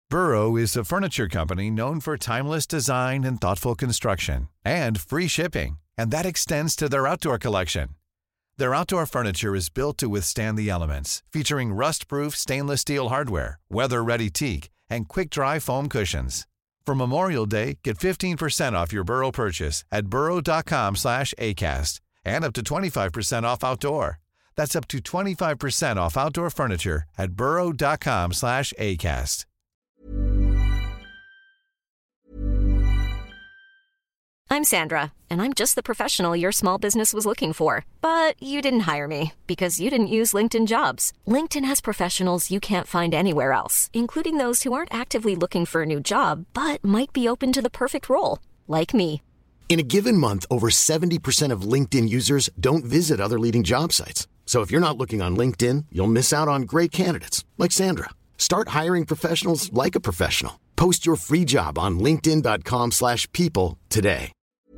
Burrow is a furniture company known for timeless design and thoughtful construction, and free shipping, and that extends to their outdoor collection. Their outdoor furniture is built to withstand the elements, featuring rust-proof stainless steel hardware, weather-ready teak, and quick-dry foam cushions. For Memorial Day, get 15% off your Burrow purchase at burrow.com/ACAST and up to 25% off outdoor. That's up to 25% off outdoor furniture at burrow.com/ACAST. I'm Sandra, and I'm just the professional your small business was looking for. But you didn't hire me because you didn't use LinkedIn Jobs. LinkedIn has professionals you can't find anywhere else, including those who aren't actively looking for a new job, but might be open to the perfect role, like me. In a given month, over 70% of LinkedIn users don't visit other leading job sites. So if you're not looking on LinkedIn, you'll miss out on great candidates like Sandra. Start hiring professionals like a professional. Post your free job on linkedin.com/people today.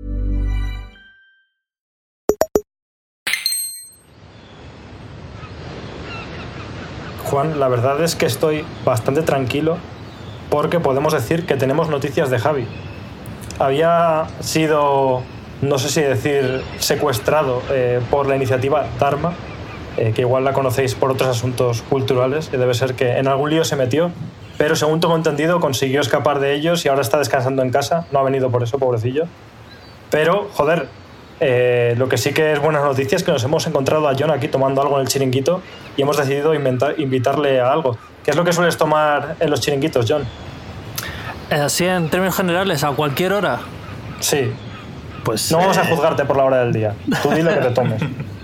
Juan, la verdad es que estoy bastante tranquilo porque podemos decir que tenemos noticias de Javi. Había sido, no sé si decir, secuestrado por la iniciativa Dharma, que igual la conocéis por otros asuntos culturales, y debe ser que en algún lío se metió, pero según tengo entendido consiguió escapar de ellos y ahora está descansando en casa. No ha venido por eso, pobrecillo. Pero, joder, lo que sí que es buenas noticias es que nos hemos encontrado a John aquí tomando algo en el chiringuito y hemos decidido invitarle a algo. ¿Qué es lo que sueles tomar en los chiringuitos, John? Así en términos generales, a cualquier hora. Sí. Pues no vamos a juzgarte por la hora del día. Tú di lo que te tomes.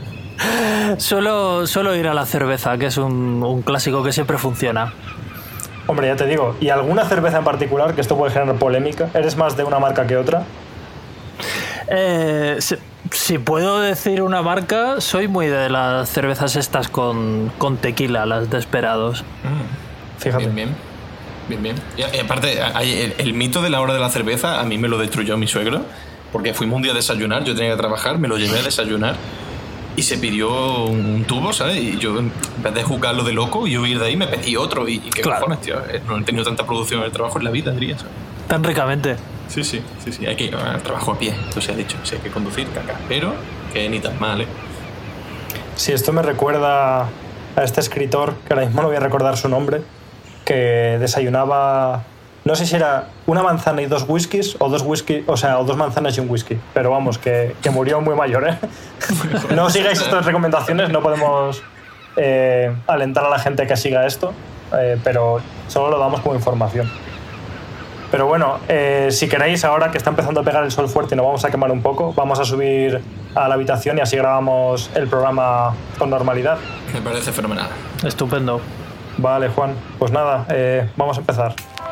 Suelo ir a la cerveza, que es un clásico que siempre funciona. Hombre, ya te digo. ¿Y alguna cerveza en particular? Que esto puede generar polémica. ¿Eres más de una marca que otra? Si puedo decir una marca, soy muy de las cervezas estas con tequila, las Desperados. Fíjate. Bien. Y aparte, el mito de la hora de la cerveza a mí me lo destruyó mi suegro, porque fuimos un día a desayunar, yo tenía que trabajar, me lo llevé a desayunar y se pidió un tubo, ¿sabes? Y yo, en vez de juzgarlo de loco y huir de ahí, me pedí otro. Y qué cojones, tío. No he tenido tanta producción en el trabajo en la vida, diría, ¿sabes? Tan ricamente. Sí. Hay que ir al trabajo a pie, eso se ha dicho. Sí, hay que conducir, caca. Pero que ni tan mal, ¿eh? Sí, esto me recuerda a este escritor, que ahora mismo no voy a recordar su nombre, que desayunaba, no sé si era una manzana y 2 whiskies o 2 whisky, o sea, o 2 manzanas y un whisky, pero vamos, que murió muy mayor, ¿eh? No sigáis estas recomendaciones, no podemos alentar a la gente que siga esto, pero solo lo damos como información. Pero bueno, si queréis, ahora que está empezando a pegar el sol fuerte y nos vamos a quemar un poco, vamos a subir a la habitación y así grabamos el programa con normalidad. Me parece fenomenal. Estupendo. Vale, Juan. Pues nada, vamos a empezar.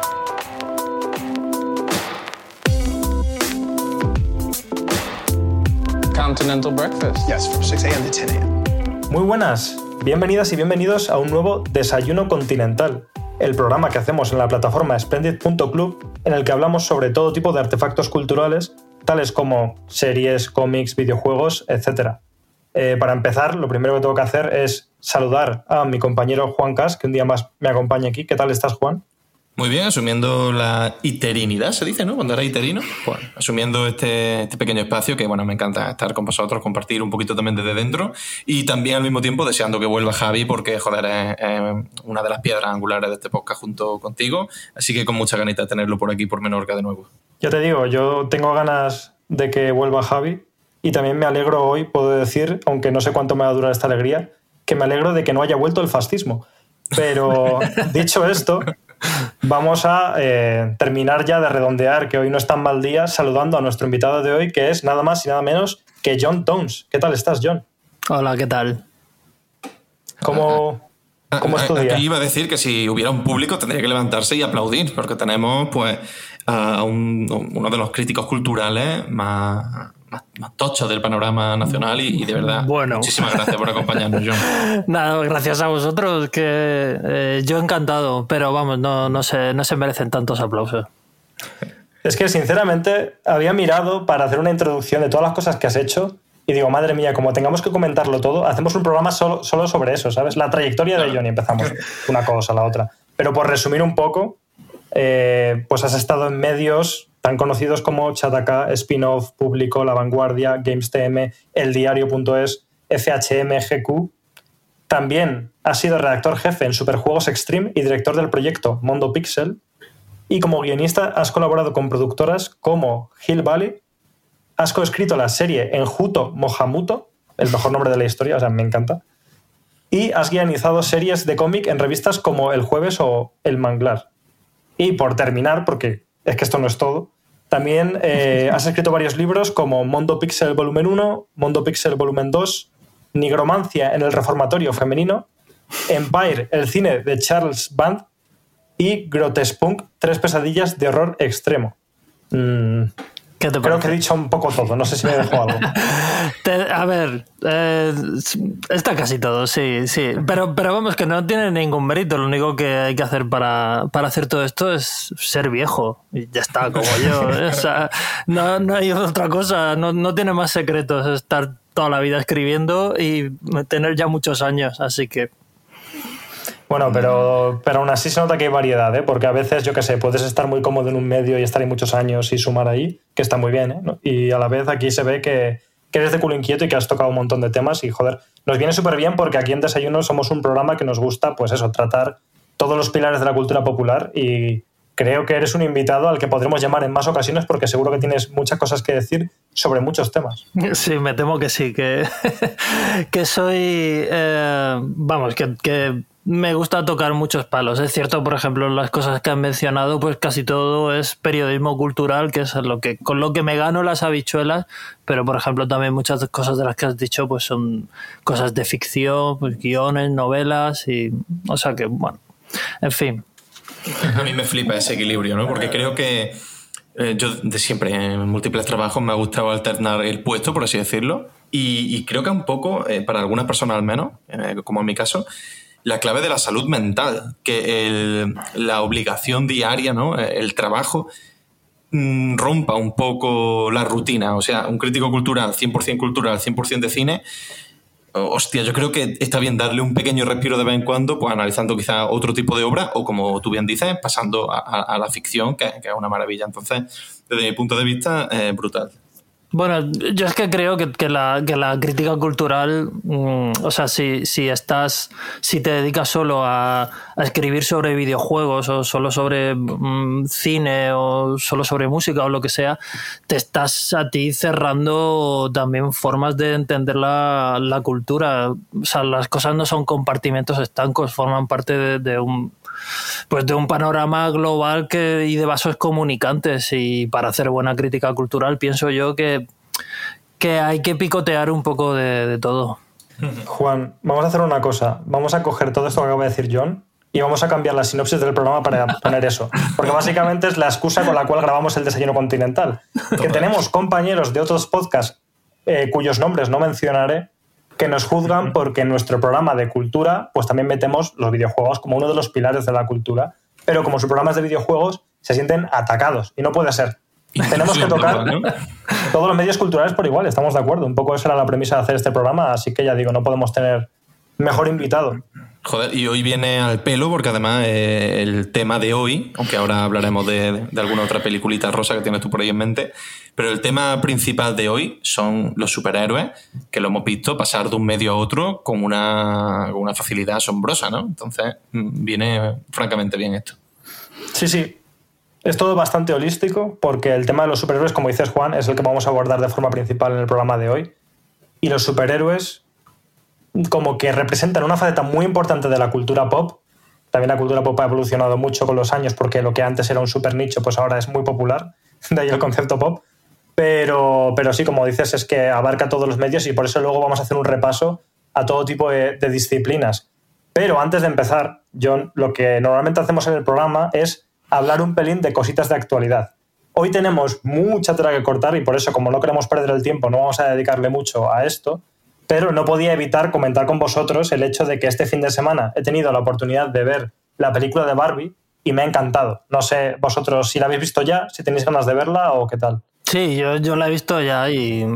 Continental breakfast. Yes, from 6 a.m. to 10 a.m. Muy buenas. Bienvenidas y bienvenidos a un nuevo Desayuno Continental, el programa que hacemos en la plataforma Splendid.club, en el que hablamos sobre todo tipo de artefactos culturales, tales como series, cómics, videojuegos, etc. Para empezar, lo primero que tengo que hacer es saludar a mi compañero Juan Cas, que un día más me acompaña aquí. ¿Qué tal estás, Juan? Muy bien, asumiendo la iterinidad, se dice, ¿no? Cuando era iterino. Bueno, asumiendo este pequeño espacio que, bueno, me encanta estar con vosotros, compartir un poquito también desde dentro y también al mismo tiempo deseando que vuelva Javi porque, joder, es una de las piedras angulares de este podcast junto contigo. Así que con mucha ganita de tenerlo por aquí, por Menorca de nuevo. Yo te digo, yo tengo ganas de que vuelva Javi y también me alegro hoy, puedo decir, aunque no sé cuánto me va a durar esta alegría, que me alegro de que no haya vuelto el fascismo. Pero dicho esto, vamos a terminar ya de redondear, que hoy no es tan mal día, saludando a nuestro invitado de hoy, que es nada más y nada menos que John Tones. ¿Qué tal estás, John? Hola, ¿qué tal? ¿Cómo es tu día? Aquí iba a decir que si hubiera un público tendría que levantarse y aplaudir, porque tenemos pues a uno de los críticos culturales más tochos del panorama nacional y de verdad, bueno, muchísimas gracias por acompañarnos, John. Nada, gracias a vosotros, que yo encantado, pero vamos, no se merecen tantos aplausos. Es que sinceramente había mirado para hacer una introducción de todas las cosas que has hecho y digo, madre mía, como tengamos que comentarlo todo, hacemos un programa solo sobre eso, ¿sabes? La trayectoria de John y empezamos una cosa, la otra. Pero por resumir un poco, pues has estado en medios tan conocidos como Chataka, Spin-Off, Público, La Vanguardia, GamesTM, eldiario.es, FHM, GQ. También has sido redactor jefe en Superjuegos Extreme y director del proyecto Mondo Pixel. Y como guionista has colaborado con productoras como Hill Valley. Has coescrito la serie Enjuto Mohamuto, el mejor nombre de la historia, o sea, me encanta. Y has guionizado series de cómic en revistas como El Jueves o El Manglar. Y por terminar, porque es que esto no es todo, también has escrito varios libros como Mondo Pixel Volumen 1, Mondo Pixel Volumen 2, Nigromancia en el Reformatorio Femenino, Empire, el cine de Charles Band y Grotespunk, 3 pesadillas de horror extremo. Creo que he dicho un poco todo, no sé si me dejo algo. A ver, está casi todo, sí. Pero vamos, que no tiene ningún mérito. Lo único que hay que hacer para hacer todo esto es ser viejo. Y ya está, como yo. O sea, no hay otra cosa, no tiene más secretos estar toda la vida escribiendo y tener ya muchos años, así que... Bueno, pero aún así se nota que hay variedad, ¿eh? Porque a veces, yo qué sé, puedes estar muy cómodo en un medio y estar ahí muchos años y sumar ahí, que está muy bien, ¿eh? ¿No? Y a la vez aquí se ve que eres de culo inquieto y que has tocado un montón de temas y, joder, nos viene súper bien porque aquí en Desayuno somos un programa que nos gusta, pues eso, tratar todos los pilares de la cultura popular y creo que eres un invitado al que podremos llamar en más ocasiones porque seguro que tienes muchas cosas que decir sobre muchos temas. Sí, me temo que sí, que soy... vamos, que me gusta tocar muchos palos. Es cierto, por ejemplo, las cosas que han mencionado, pues casi todo es periodismo cultural, que es con lo que me gano las habichuelas, pero por ejemplo también muchas cosas de las que has dicho pues son cosas de ficción, pues guiones, novelas y... O sea que, bueno, en fin. A mí me flipa ese equilibrio, ¿no? Porque creo que yo de siempre en múltiples trabajos me ha gustado alternar el puesto, por así decirlo, y creo que un poco, para algunas personas al menos, como en mi caso, la clave de la salud mental, que la obligación diaria, ¿no? El trabajo rompa un poco la rutina. O sea, un crítico cultural, 100% cultural, 100% de cine, hostia, yo creo que está bien darle un pequeño respiro de vez en cuando, pues analizando quizá otro tipo de obra o, como tú bien dices, pasando a la ficción, que es una maravilla. Entonces, desde mi punto de vista, brutal. Bueno, yo es que creo que la crítica cultural, o sea, si te dedicas solo a escribir sobre videojuegos o solo sobre cine o solo sobre música o lo que sea, te estás a ti cerrando también formas de entender la cultura. O sea, las cosas no son compartimentos estancos, forman parte de un panorama global y de vasos comunicantes, y para hacer buena crítica cultural pienso yo que hay que picotear un poco de todo. Juan, vamos a hacer una cosa, vamos a coger todo esto que acaba de decir John y vamos a cambiar la sinopsis del programa para poner eso, porque básicamente es la excusa con la cual grabamos el Desayuno Continental, que tenemos compañeros de otros podcasts cuyos nombres no mencionaré, que nos juzgan porque en nuestro programa de cultura pues también metemos los videojuegos como uno de los pilares de la cultura, pero como su programa es de videojuegos se sienten atacados y no puede ser. Tenemos que tocar todos los medios culturales por igual, estamos de acuerdo. Un poco esa era la premisa de hacer este programa, así que ya digo, no podemos tener mejor invitado. Joder, y hoy viene al pelo porque además el tema de hoy, aunque ahora hablaremos de alguna otra peliculita rosa que tienes tú por ahí en mente, pero el tema principal de hoy son los superhéroes, que lo hemos visto pasar de un medio a otro con una facilidad asombrosa, ¿no? Entonces viene francamente bien esto. Sí. Es todo bastante holístico porque el tema de los superhéroes, como dices, Juan, es el que vamos a abordar de forma principal en el programa de hoy. Y los superhéroes como que representan una faceta muy importante de la cultura pop. También la cultura pop ha evolucionado mucho con los años porque lo que antes era un super nicho pues ahora es muy popular, de ahí el concepto pop. Pero sí, como dices, es que abarca todos los medios y por eso luego vamos a hacer un repaso a todo tipo de disciplinas. Pero antes de empezar, John, lo que normalmente hacemos en el programa es hablar un pelín de cositas de actualidad. Hoy tenemos mucha tela que cortar y por eso, como no queremos perder el tiempo, no vamos a dedicarle mucho a esto, pero no podía evitar comentar con vosotros el hecho de que este fin de semana he tenido la oportunidad de ver la película de Barbie y me ha encantado. No sé vosotros si la habéis visto ya, si tenéis ganas de verla o qué tal. Sí, yo la he visto ya y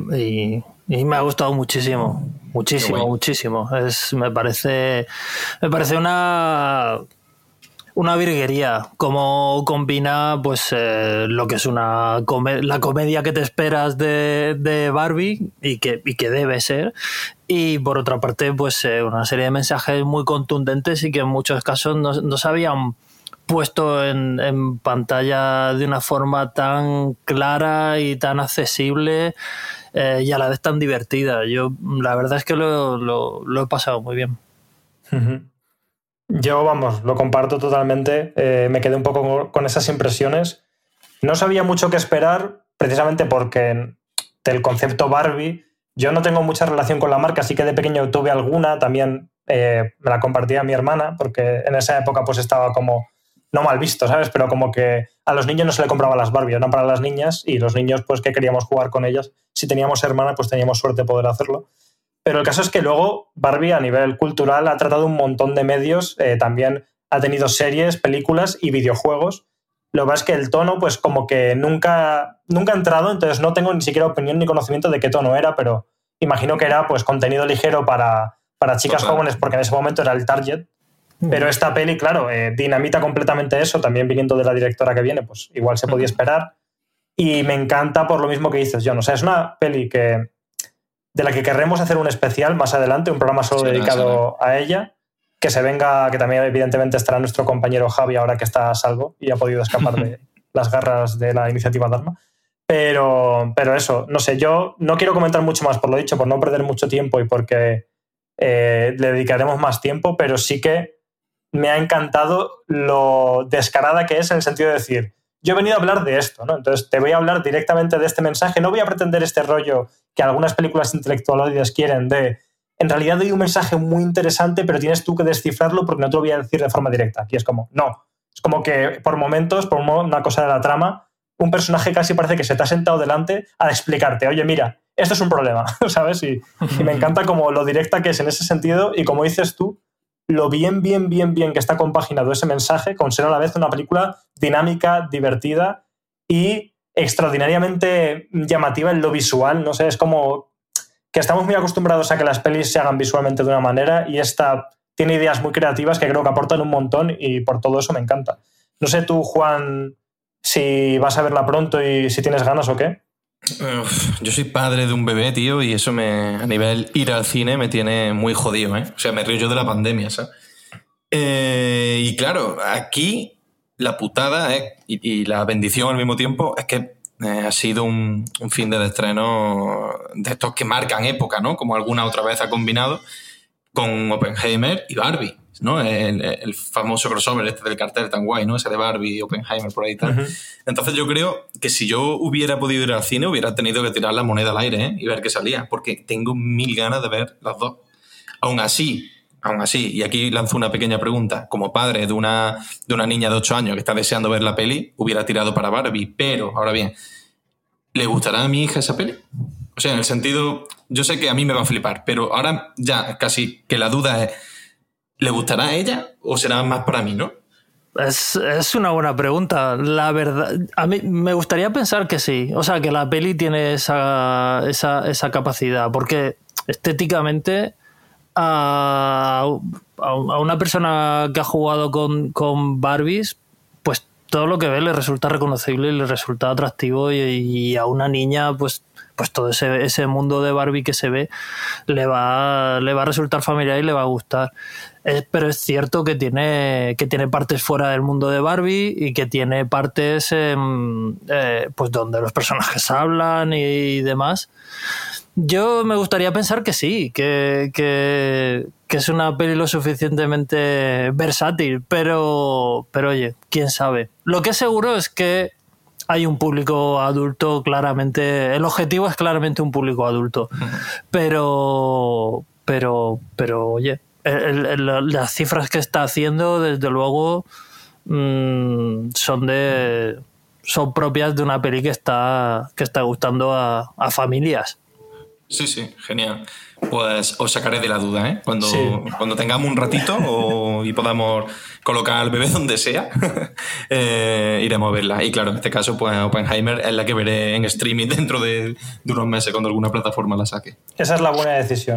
me ha gustado muchísimo. Muchísimo. Me parece una una virguería, como combina pues lo que es la comedia que te esperas de Barbie y que debe ser, y por otra parte pues una serie de mensajes muy contundentes y que en muchos casos no se habían puesto en pantalla de una forma tan clara y tan accesible y a la vez tan divertida. Yo la verdad es que lo he pasado muy bien. Uh-huh. Yo, vamos, lo comparto totalmente. Me quedé un poco con esas impresiones. No sabía mucho qué esperar, precisamente porque del concepto Barbie yo no tengo mucha relación con la marca, así que de pequeño tuve alguna. También me la compartía mi hermana, porque en esa época pues estaba como, no mal visto, ¿sabes? Pero como que a los niños no se le compraban las Barbie, eran para las niñas, y los niños pues que queríamos jugar con ellas. Si teníamos hermana, pues teníamos suerte de poder hacerlo. Pero el caso es que luego Barbie a nivel cultural ha tratado un montón de medios, también ha tenido series, películas y videojuegos. Lo que pasa es que el tono pues como que nunca ha entrado, entonces no tengo ni siquiera opinión ni conocimiento de qué tono era, pero imagino que era pues contenido ligero para chicas jóvenes, porque en ese momento era el target. Pero esta peli, claro, dinamita completamente eso, también viniendo de la directora que viene, pues igual se podía esperar. Y me encanta por lo mismo que dices, John. O sea, es una peli de la que querremos hacer un especial más adelante, un programa solo dedicado a ella, que se venga, que también evidentemente estará nuestro compañero Javi ahora que está a salvo y ha podido escapar de las garras de la iniciativa Dharma. Pero eso, no sé, yo no quiero comentar mucho más por lo dicho, por no perder mucho tiempo y porque le dedicaremos más tiempo, pero sí que me ha encantado lo descarada que es en el sentido de decir, yo he venido a hablar de esto, ¿no? Entonces te voy a hablar directamente de este mensaje, no voy a pretender este rollo que algunas películas intelectualoides quieren de, en realidad doy un mensaje muy interesante, pero tienes tú que descifrarlo porque no te lo voy a decir de forma directa. Aquí es como, no. Es como que por momentos, por una cosa de la trama, un personaje casi parece que se te ha sentado delante a explicarte, oye, mira, esto es un problema, ¿sabes? Y me encanta como lo directa que es en ese sentido y como dices tú, lo bien que está compaginado ese mensaje con ser a la vez una película dinámica, divertida y extraordinariamente llamativa en lo visual. No sé, es como que estamos muy acostumbrados a que las pelis se hagan visualmente de una manera y esta tiene ideas muy creativas que creo que aportan un montón y por todo eso me encanta. No sé tú, Juan, si vas a verla pronto y si tienes ganas o qué. Yo soy padre de un bebé, tío, y eso a nivel ir al cine me tiene muy jodido, ¿eh? O sea, me río yo de la pandemia, ¿sabes? Y claro, aquí la putada y la bendición al mismo tiempo es que ha sido un fin de estreno de estos que marcan época, ¿no? Como alguna otra vez ha combinado con Oppenheimer y Barbie, ¿no? El famoso crossover este del cartel tan guay, ¿no? Ese de Barbie y Oppenheimer por ahí y tal. Uh-huh. Entonces yo creo que si yo hubiera podido ir al cine hubiera tenido que tirar la moneda al aire, ¿eh? Y ver qué salía, porque tengo mil ganas de ver las dos. Aún así, y aquí lanzo una pequeña pregunta, como padre de una niña de 8 años que está deseando ver la peli, hubiera tirado para Barbie, pero, ahora bien, ¿le gustará a mi hija esa peli? O sea, en el sentido, yo sé que a mí me va a flipar, pero ahora ya casi que la duda es, ¿le gustará a ella o será más para mí, no? Es una buena pregunta. La verdad, a mí me gustaría pensar que sí. O sea, que la peli tiene esa capacidad, porque estéticamente a una persona que ha jugado con Barbies, pues todo lo que ve le resulta reconocible y le resulta atractivo y a una niña pues todo ese mundo de Barbie que se ve le va a resultar familiar y le va a gustar. Pero es cierto que tiene partes fuera del mundo de Barbie y que tiene partes pues donde los personajes hablan y demás. Yo me gustaría pensar que sí, que es una peli lo suficientemente versátil, pero oye, quién sabe. Lo que es seguro es que hay un público adulto claramente, el objetivo es claramente un público adulto, pero oye, las cifras que está haciendo desde luego son propias de una peli que está gustando a familias. Sí, genial. Pues os sacaré de la duda, ¿eh? Cuando tengamos un ratito y podamos colocar al bebé donde sea, iremos a verla. Y claro, en este caso, pues Oppenheimer es la que veré en streaming dentro de unos meses cuando alguna plataforma la saque. Esa es la buena decisión, ¿eh?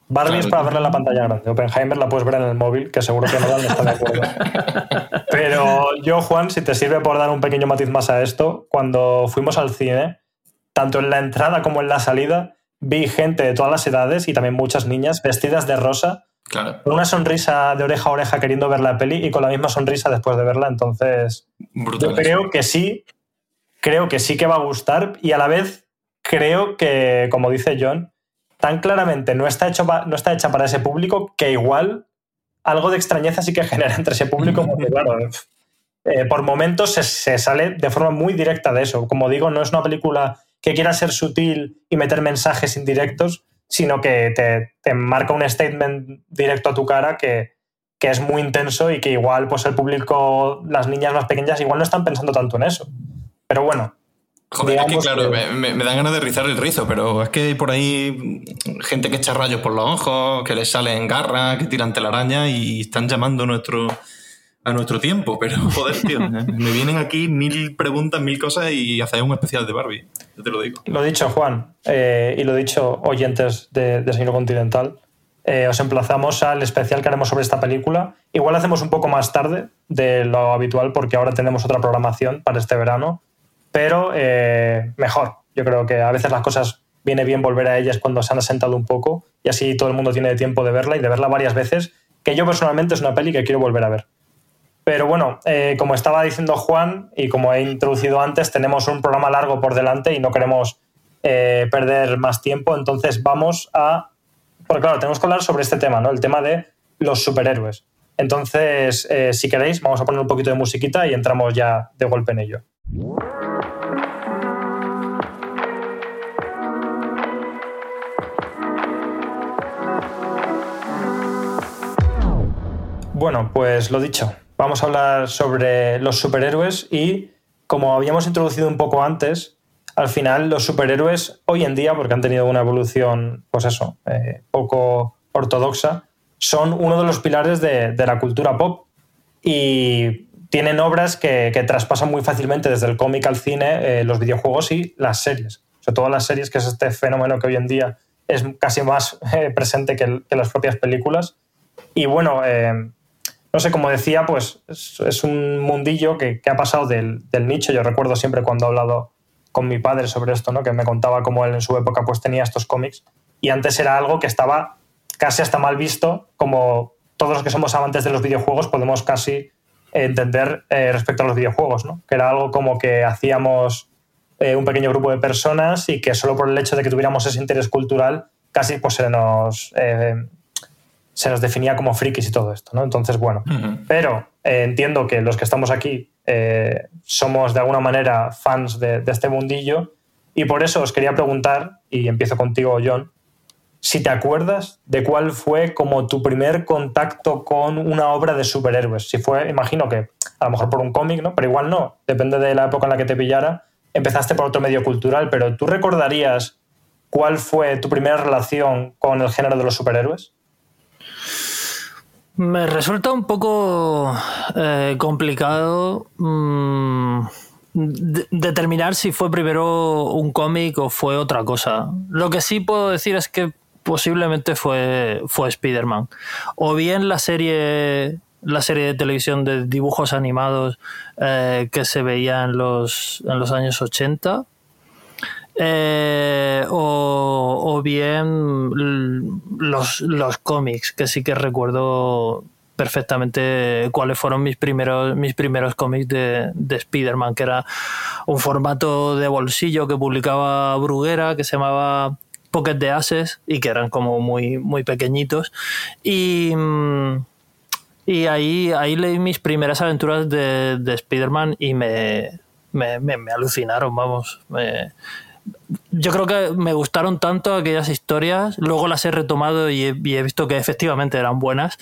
Barbie es para verla en la pantalla grande. Oppenheimer la puedes ver en el móvil, que seguro que Nolan está de acuerdo. Pero yo, Juan, si te sirve por dar un pequeño matiz más a esto, cuando fuimos al cine, tanto en la entrada como en la salida, vi gente de todas las edades y también muchas niñas vestidas de rosa, Claro. con una sonrisa de oreja a oreja queriendo ver la peli y con la misma sonrisa después de verla. Entonces, Brutal. yo creo que sí que va a gustar, y a la vez creo que, como dice John, tan claramente no está hecha para ese público, que igual algo de extrañeza sí que genera entre ese público, porque claro, por momentos se sale de forma muy directa de eso. Como digo, no es una película que quiera ser sutil y meter mensajes indirectos, sino que te marca un statement directo a tu cara que es muy intenso, y que igual pues el público, las niñas más pequeñas, igual no están pensando tanto en eso. Pero bueno. Joder, es que digamos claro, me dan ganas de rizar el rizo, pero es que hay por ahí gente que echa rayos por los ojos, que les salen garras, que tiran telaraña y están llamando a nuestro tiempo. Pero joder, tío, me vienen aquí 1000 preguntas, 1000 cosas y hacéis un especial de Barbie, yo te lo digo. Lo dicho, Juan, y lo dicho, oyentes de Señor Continental, os emplazamos al especial que haremos sobre esta película. Igual hacemos un poco más tarde de lo habitual, porque ahora tenemos otra programación para este verano, pero mejor. Yo creo que a veces las cosas viene bien volver a ellas cuando se han asentado un poco, y así todo el mundo tiene tiempo de verla y de verla varias veces, que yo personalmente es una peli que quiero volver a ver. Pero bueno, como estaba diciendo Juan y como he introducido antes, tenemos un programa largo por delante y no queremos perder más tiempo, entonces vamos a... Porque claro, tenemos que hablar sobre este tema, ¿no? El tema de los superhéroes. Entonces, si queréis, vamos a poner un poquito de musiquita y entramos ya de golpe en ello. Bueno, pues lo dicho, vamos a hablar sobre los superhéroes, y como habíamos introducido un poco antes, al final los superhéroes hoy en día, porque han tenido una evolución, pues eso, poco ortodoxa, son uno de los pilares de la cultura pop, y tienen obras que traspasan muy fácilmente desde el cómic al cine, los videojuegos y las series. Sobre todo las series, que es este fenómeno que hoy en día es casi más presente que las propias películas. Y bueno, no sé, como decía, pues es un mundillo que ha pasado del nicho. Yo recuerdo siempre cuando he hablado con mi padre sobre esto, ¿no? Que me contaba cómo él en su época pues tenía estos cómics, y antes era algo que estaba casi hasta mal visto, como todos los que somos amantes de los videojuegos podemos casi entender respecto a los videojuegos, ¿no? Que era algo como que hacíamos un pequeño grupo de personas, y que solo por el hecho de que tuviéramos ese interés cultural casi pues se nos definía como frikis y todo esto, ¿no? Entonces, bueno, pero entiendo que los que estamos aquí somos de alguna manera fans de este mundillo, y por eso os quería preguntar, y empiezo contigo, John, si te acuerdas de cuál fue como tu primer contacto con una obra de superhéroes. Si fue, imagino que a lo mejor por un cómic, ¿no? Pero igual no, depende de la época en la que te pillara, empezaste por otro medio cultural, pero ¿tú recordarías cuál fue tu primera relación con el género de los superhéroes? Me resulta un poco complicado determinar si fue primero un cómic o fue otra cosa. Lo que sí puedo decir es que posiblemente fue Spider-Man. O bien la serie de televisión de dibujos animados que se veía en los años 80. O bien los cómics, que sí que recuerdo perfectamente cuáles fueron mis primeros cómics de Spider-Man, que era un formato de bolsillo que publicaba Bruguera, que se llamaba Pocket the Aces, y que eran como muy, muy pequeñitos, y ahí leí mis primeras aventuras de Spider-Man y me alucinaron, vamos. Yo creo que me gustaron tanto aquellas historias, luego las he retomado y he visto que efectivamente eran buenas.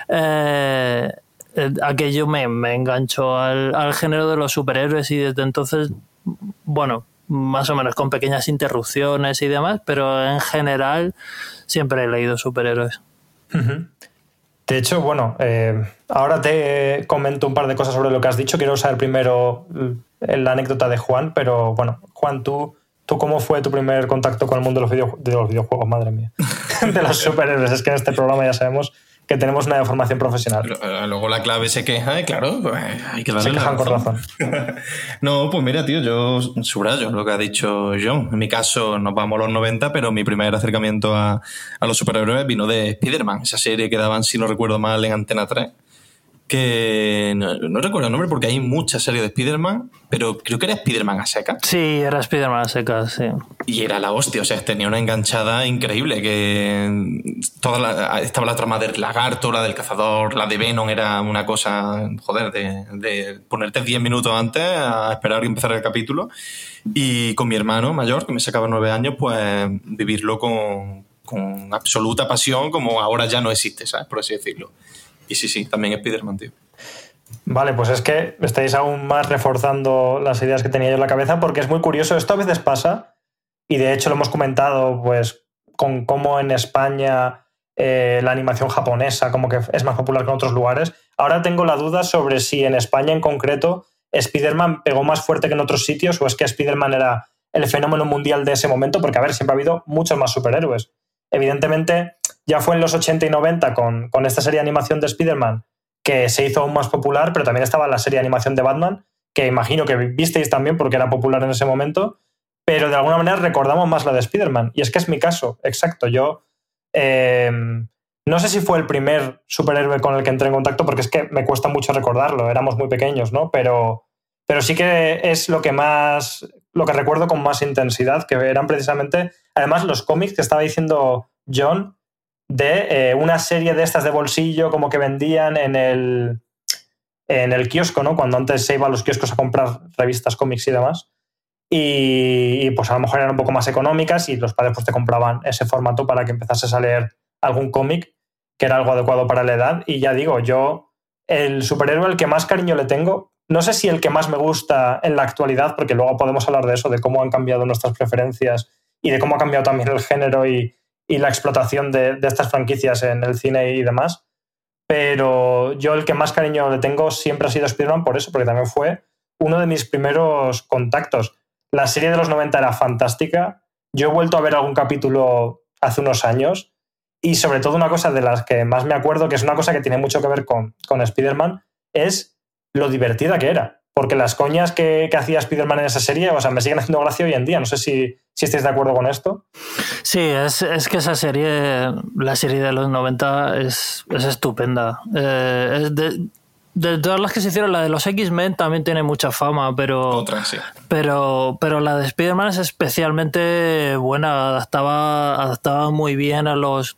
Aquello me enganchó al género de los superhéroes, y desde entonces, bueno, más o menos con pequeñas interrupciones y demás, pero en general siempre he leído superhéroes. De hecho, bueno, ahora te comento un par de cosas sobre lo que has dicho. Quiero saber primero la anécdota de Juan, pero bueno, Juan, ¿tú cómo fue tu primer contacto con el mundo de los videojuegos? Madre mía. de los superhéroes. Es que en este programa ya sabemos que tenemos una formación profesional. Pero, luego la clave se queja y claro, pues hay que darle se quejan con razón. No, pues mira, tío, yo subrayo lo que ha dicho John. En mi caso nos vamos a los 90, pero mi primer acercamiento a los superhéroes vino de Spider-Man, esa serie que daban, si no recuerdo mal, en Antena 3. Que no recuerdo el nombre porque hay muchas series de Spider-Man, pero creo que era Spider-Man a secas. Sí, era Spider-Man a secas, sí. Y era la hostia, o sea, tenía una enganchada increíble, que estaba la trama del lagarto, la del cazador, la de Venom, era una cosa, joder, de ponerte 10 minutos antes a esperar que empezara el capítulo. Y con mi hermano mayor, que me sacaba 9 años, pues vivirlo con absoluta pasión, como ahora ya no existe, ¿sabes? Por así decirlo. Y sí, también Spider-Man, tío. Vale, pues es que estáis aún más reforzando las ideas que tenía yo en la cabeza, porque es muy curioso. Esto a veces pasa, y de hecho lo hemos comentado pues con cómo en España la animación japonesa como que es más popular que en otros lugares. Ahora tengo la duda sobre si en España en concreto Spider-Man pegó más fuerte que en otros sitios, o es que Spider-Man era el fenómeno mundial de ese momento, porque a ver, siempre ha habido muchos más superhéroes. Evidentemente, ya fue en los 80 y 90 con esta serie de animación de Spider-Man que se hizo aún más popular, pero también estaba la serie de animación de Batman, que imagino que visteis también porque era popular en ese momento, pero de alguna manera recordamos más la de Spider-Man. Y es que es mi caso, exacto. Yo no sé si fue el primer superhéroe con el que entré en contacto, porque es que me cuesta mucho recordarlo, éramos muy pequeños, ¿no? Pero sí que es lo que recuerdo con más intensidad, que eran precisamente, además, los cómics que estaba diciendo John, de una serie de estas de bolsillo como que vendían en el kiosco, ¿no? Cuando antes se iba a los kioscos a comprar revistas, cómics y demás. Y pues a lo mejor eran un poco más económicas y los padres pues te compraban ese formato para que empezases a leer algún cómic que era algo adecuado para la edad. Y ya digo, yo, el superhéroe al que más cariño le tengo, no sé si el que más me gusta en la actualidad, porque luego podemos hablar de eso, de cómo han cambiado nuestras preferencias y de cómo ha cambiado también el género y la explotación de estas franquicias en el cine y demás. Pero yo el que más cariño le tengo siempre ha sido Spider-Man por eso, porque también fue uno de mis primeros contactos. La serie de los 90 era fantástica. Yo he vuelto a ver algún capítulo hace unos años y sobre todo una cosa de las que más me acuerdo, que es una cosa que tiene mucho que ver con Spider-Man, es lo divertida que era. Porque las coñas que hacía Spider-Man en esa serie, o sea, me siguen haciendo gracia hoy en día. No sé si estáis de acuerdo con esto. Sí, es que esa serie, la serie de los 90 es estupenda. De todas las que se hicieron, la de los X-Men también tiene mucha fama, pero otra, sí. pero la de Spider-Man es especialmente buena, adaptaba muy bien a los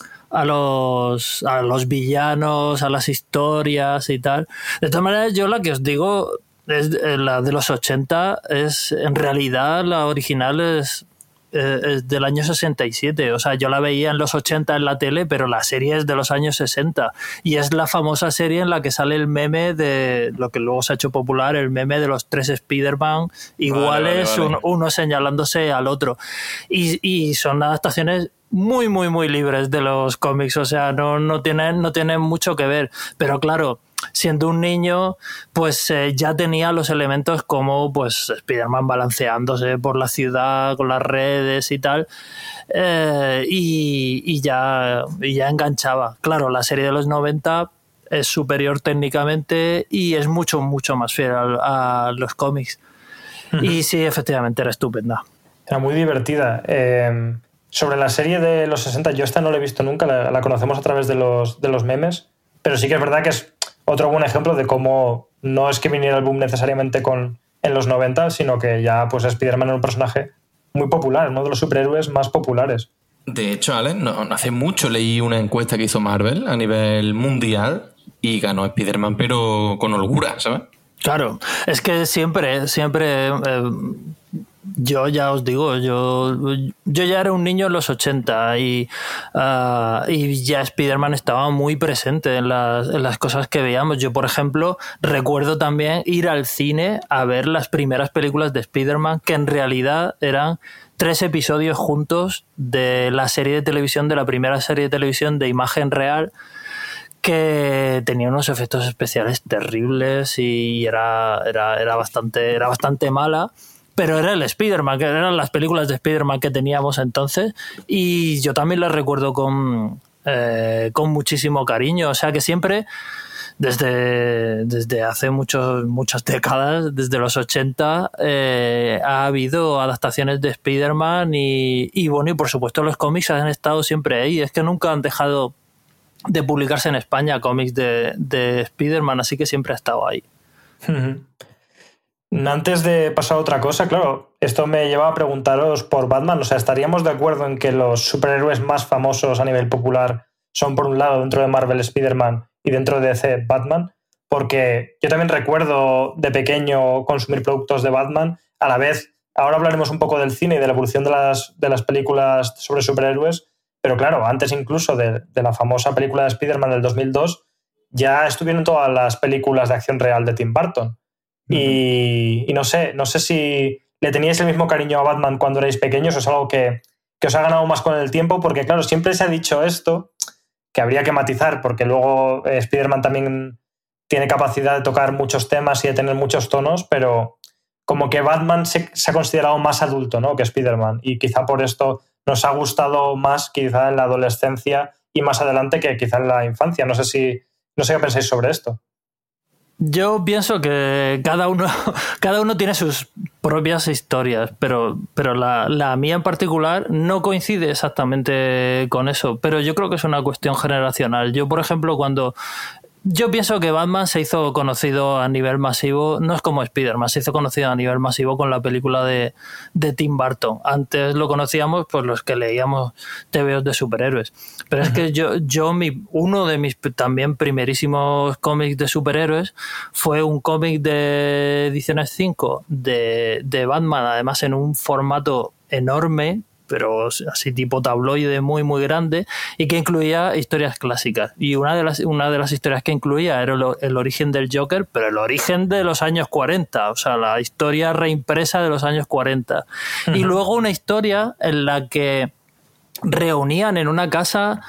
villanos, a las historias y tal. De todas maneras, yo la que os digo es la de los 80, es en realidad la original es del año 67. O sea, yo la veía en los 80 en la tele, pero la serie es de los años 60 y es la famosa serie en la que sale el meme de lo que luego se ha hecho popular, el meme de los 3 Spider-Man iguales, vale. Uno señalándose al otro, y son adaptaciones muy, muy, muy libres de los cómics. O sea, no tienen mucho que ver, pero claro, siendo un niño, pues ya tenía los elementos como pues Spider-Man balanceándose por la ciudad con las redes y tal, y ya enganchaba. Claro, la serie de los 90 es superior técnicamente y es mucho, mucho más fiel a los cómics. Uh-huh. Y sí, efectivamente era estupenda. Era muy divertida. Sobre la serie de los 60, yo esta no la he visto nunca, la conocemos a través de los memes, pero sí que es verdad que es otro buen ejemplo de cómo no es que viniera el boom necesariamente en los 90, sino que ya pues Spider-Man era un personaje muy popular, uno de los superhéroes más populares. De hecho, Alex, no hace mucho leí una encuesta que hizo Marvel a nivel mundial y ganó Spider-Man, pero con holgura, ¿sabes? Claro, es que siempre yo ya os digo, yo ya era un niño en los 80 y ya Spider-Man estaba muy presente en las cosas que veíamos. Yo, por ejemplo, recuerdo también ir al cine a ver las primeras películas de Spider-Man, que en realidad eran 3 episodios juntos de la serie de televisión, de la primera serie de televisión de imagen real, que tenía unos efectos especiales terribles y era bastante mala. pero era el Spider-Man, que eran las películas de Spider-Man que teníamos entonces, y yo también las recuerdo con muchísimo cariño. O sea que siempre, desde hace muchas décadas, desde los 80, ha habido adaptaciones de Spider-Man y bueno, y por supuesto los cómics han estado siempre ahí. Es que nunca han dejado de publicarse en España cómics de Spider-Man, así que siempre ha estado ahí. Antes de pasar a otra cosa, claro, esto me lleva a preguntaros por Batman. O sea, ¿estaríamos de acuerdo en que los superhéroes más famosos a nivel popular son, por un lado, dentro de Marvel, Spider-Man, y dentro de DC, Batman? Porque yo también recuerdo de pequeño consumir productos de Batman. A la vez, ahora hablaremos un poco del cine y de la evolución de las películas sobre superhéroes, pero claro, antes incluso de la famosa película de Spider-Man del 2002, ya estuvieron todas las películas de acción real de Tim Burton. Y no sé si le teníais el mismo cariño a Batman cuando erais pequeños o es algo que os ha ganado más con el tiempo, porque claro, siempre se ha dicho esto, que habría que matizar, porque luego Spider-Man también tiene capacidad de tocar muchos temas y de tener muchos tonos, pero como que Batman se ha considerado más adulto, ¿no?, que Spider-Man, y quizá por esto nos ha gustado más quizá en la adolescencia y más adelante que quizá en la infancia. No sé qué pensáis sobre esto. Yo pienso que cada uno tiene sus propias historias, pero la mía en particular no coincide exactamente con eso, pero yo creo que es una cuestión generacional. Yo, por ejemplo, yo pienso que Batman se hizo conocido a nivel masivo, no es como Spider-Man, se hizo conocido a nivel masivo con la película de Tim Burton. Antes lo conocíamos pues los que leíamos TVOs de superhéroes. Pero es que uno de mis también primerísimos cómics de superhéroes fue un cómic de Ediciones 5 de Batman, además en un formato enorme, pero así tipo tabloide muy muy grande, y que incluía historias clásicas. Y una de las historias que incluía era el origen del Joker, pero el origen de los años 40, o sea, la historia reimpresa de los años 40. Uh-huh. Y luego una historia en la que reunían en una casa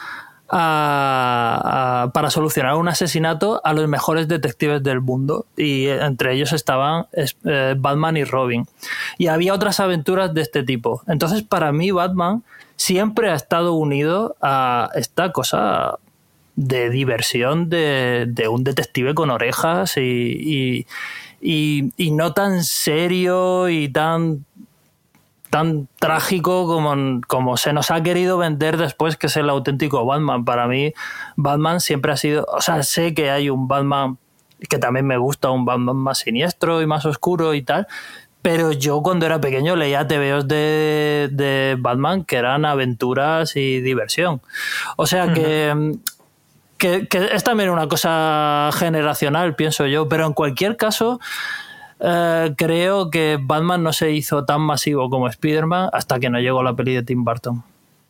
para solucionar un asesinato a los mejores detectives del mundo, y entre ellos estaban Batman y Robin, y había otras aventuras de este tipo. Entonces, para mí, Batman siempre ha estado unido a esta cosa de diversión de un detective con orejas y no tan serio y tan trágico como se nos ha querido vender después, que es el auténtico Batman. Para mí, Batman siempre ha sido... O sea, sé que hay un Batman que también me gusta, un Batman más siniestro y más oscuro y tal, pero yo cuando era pequeño leía TVOs de Batman que eran aventuras y diversión. O sea que es también una cosa generacional, pienso yo, pero en cualquier caso... creo que Batman no se hizo tan masivo como Spider-Man hasta que no llegó la peli de Tim Burton.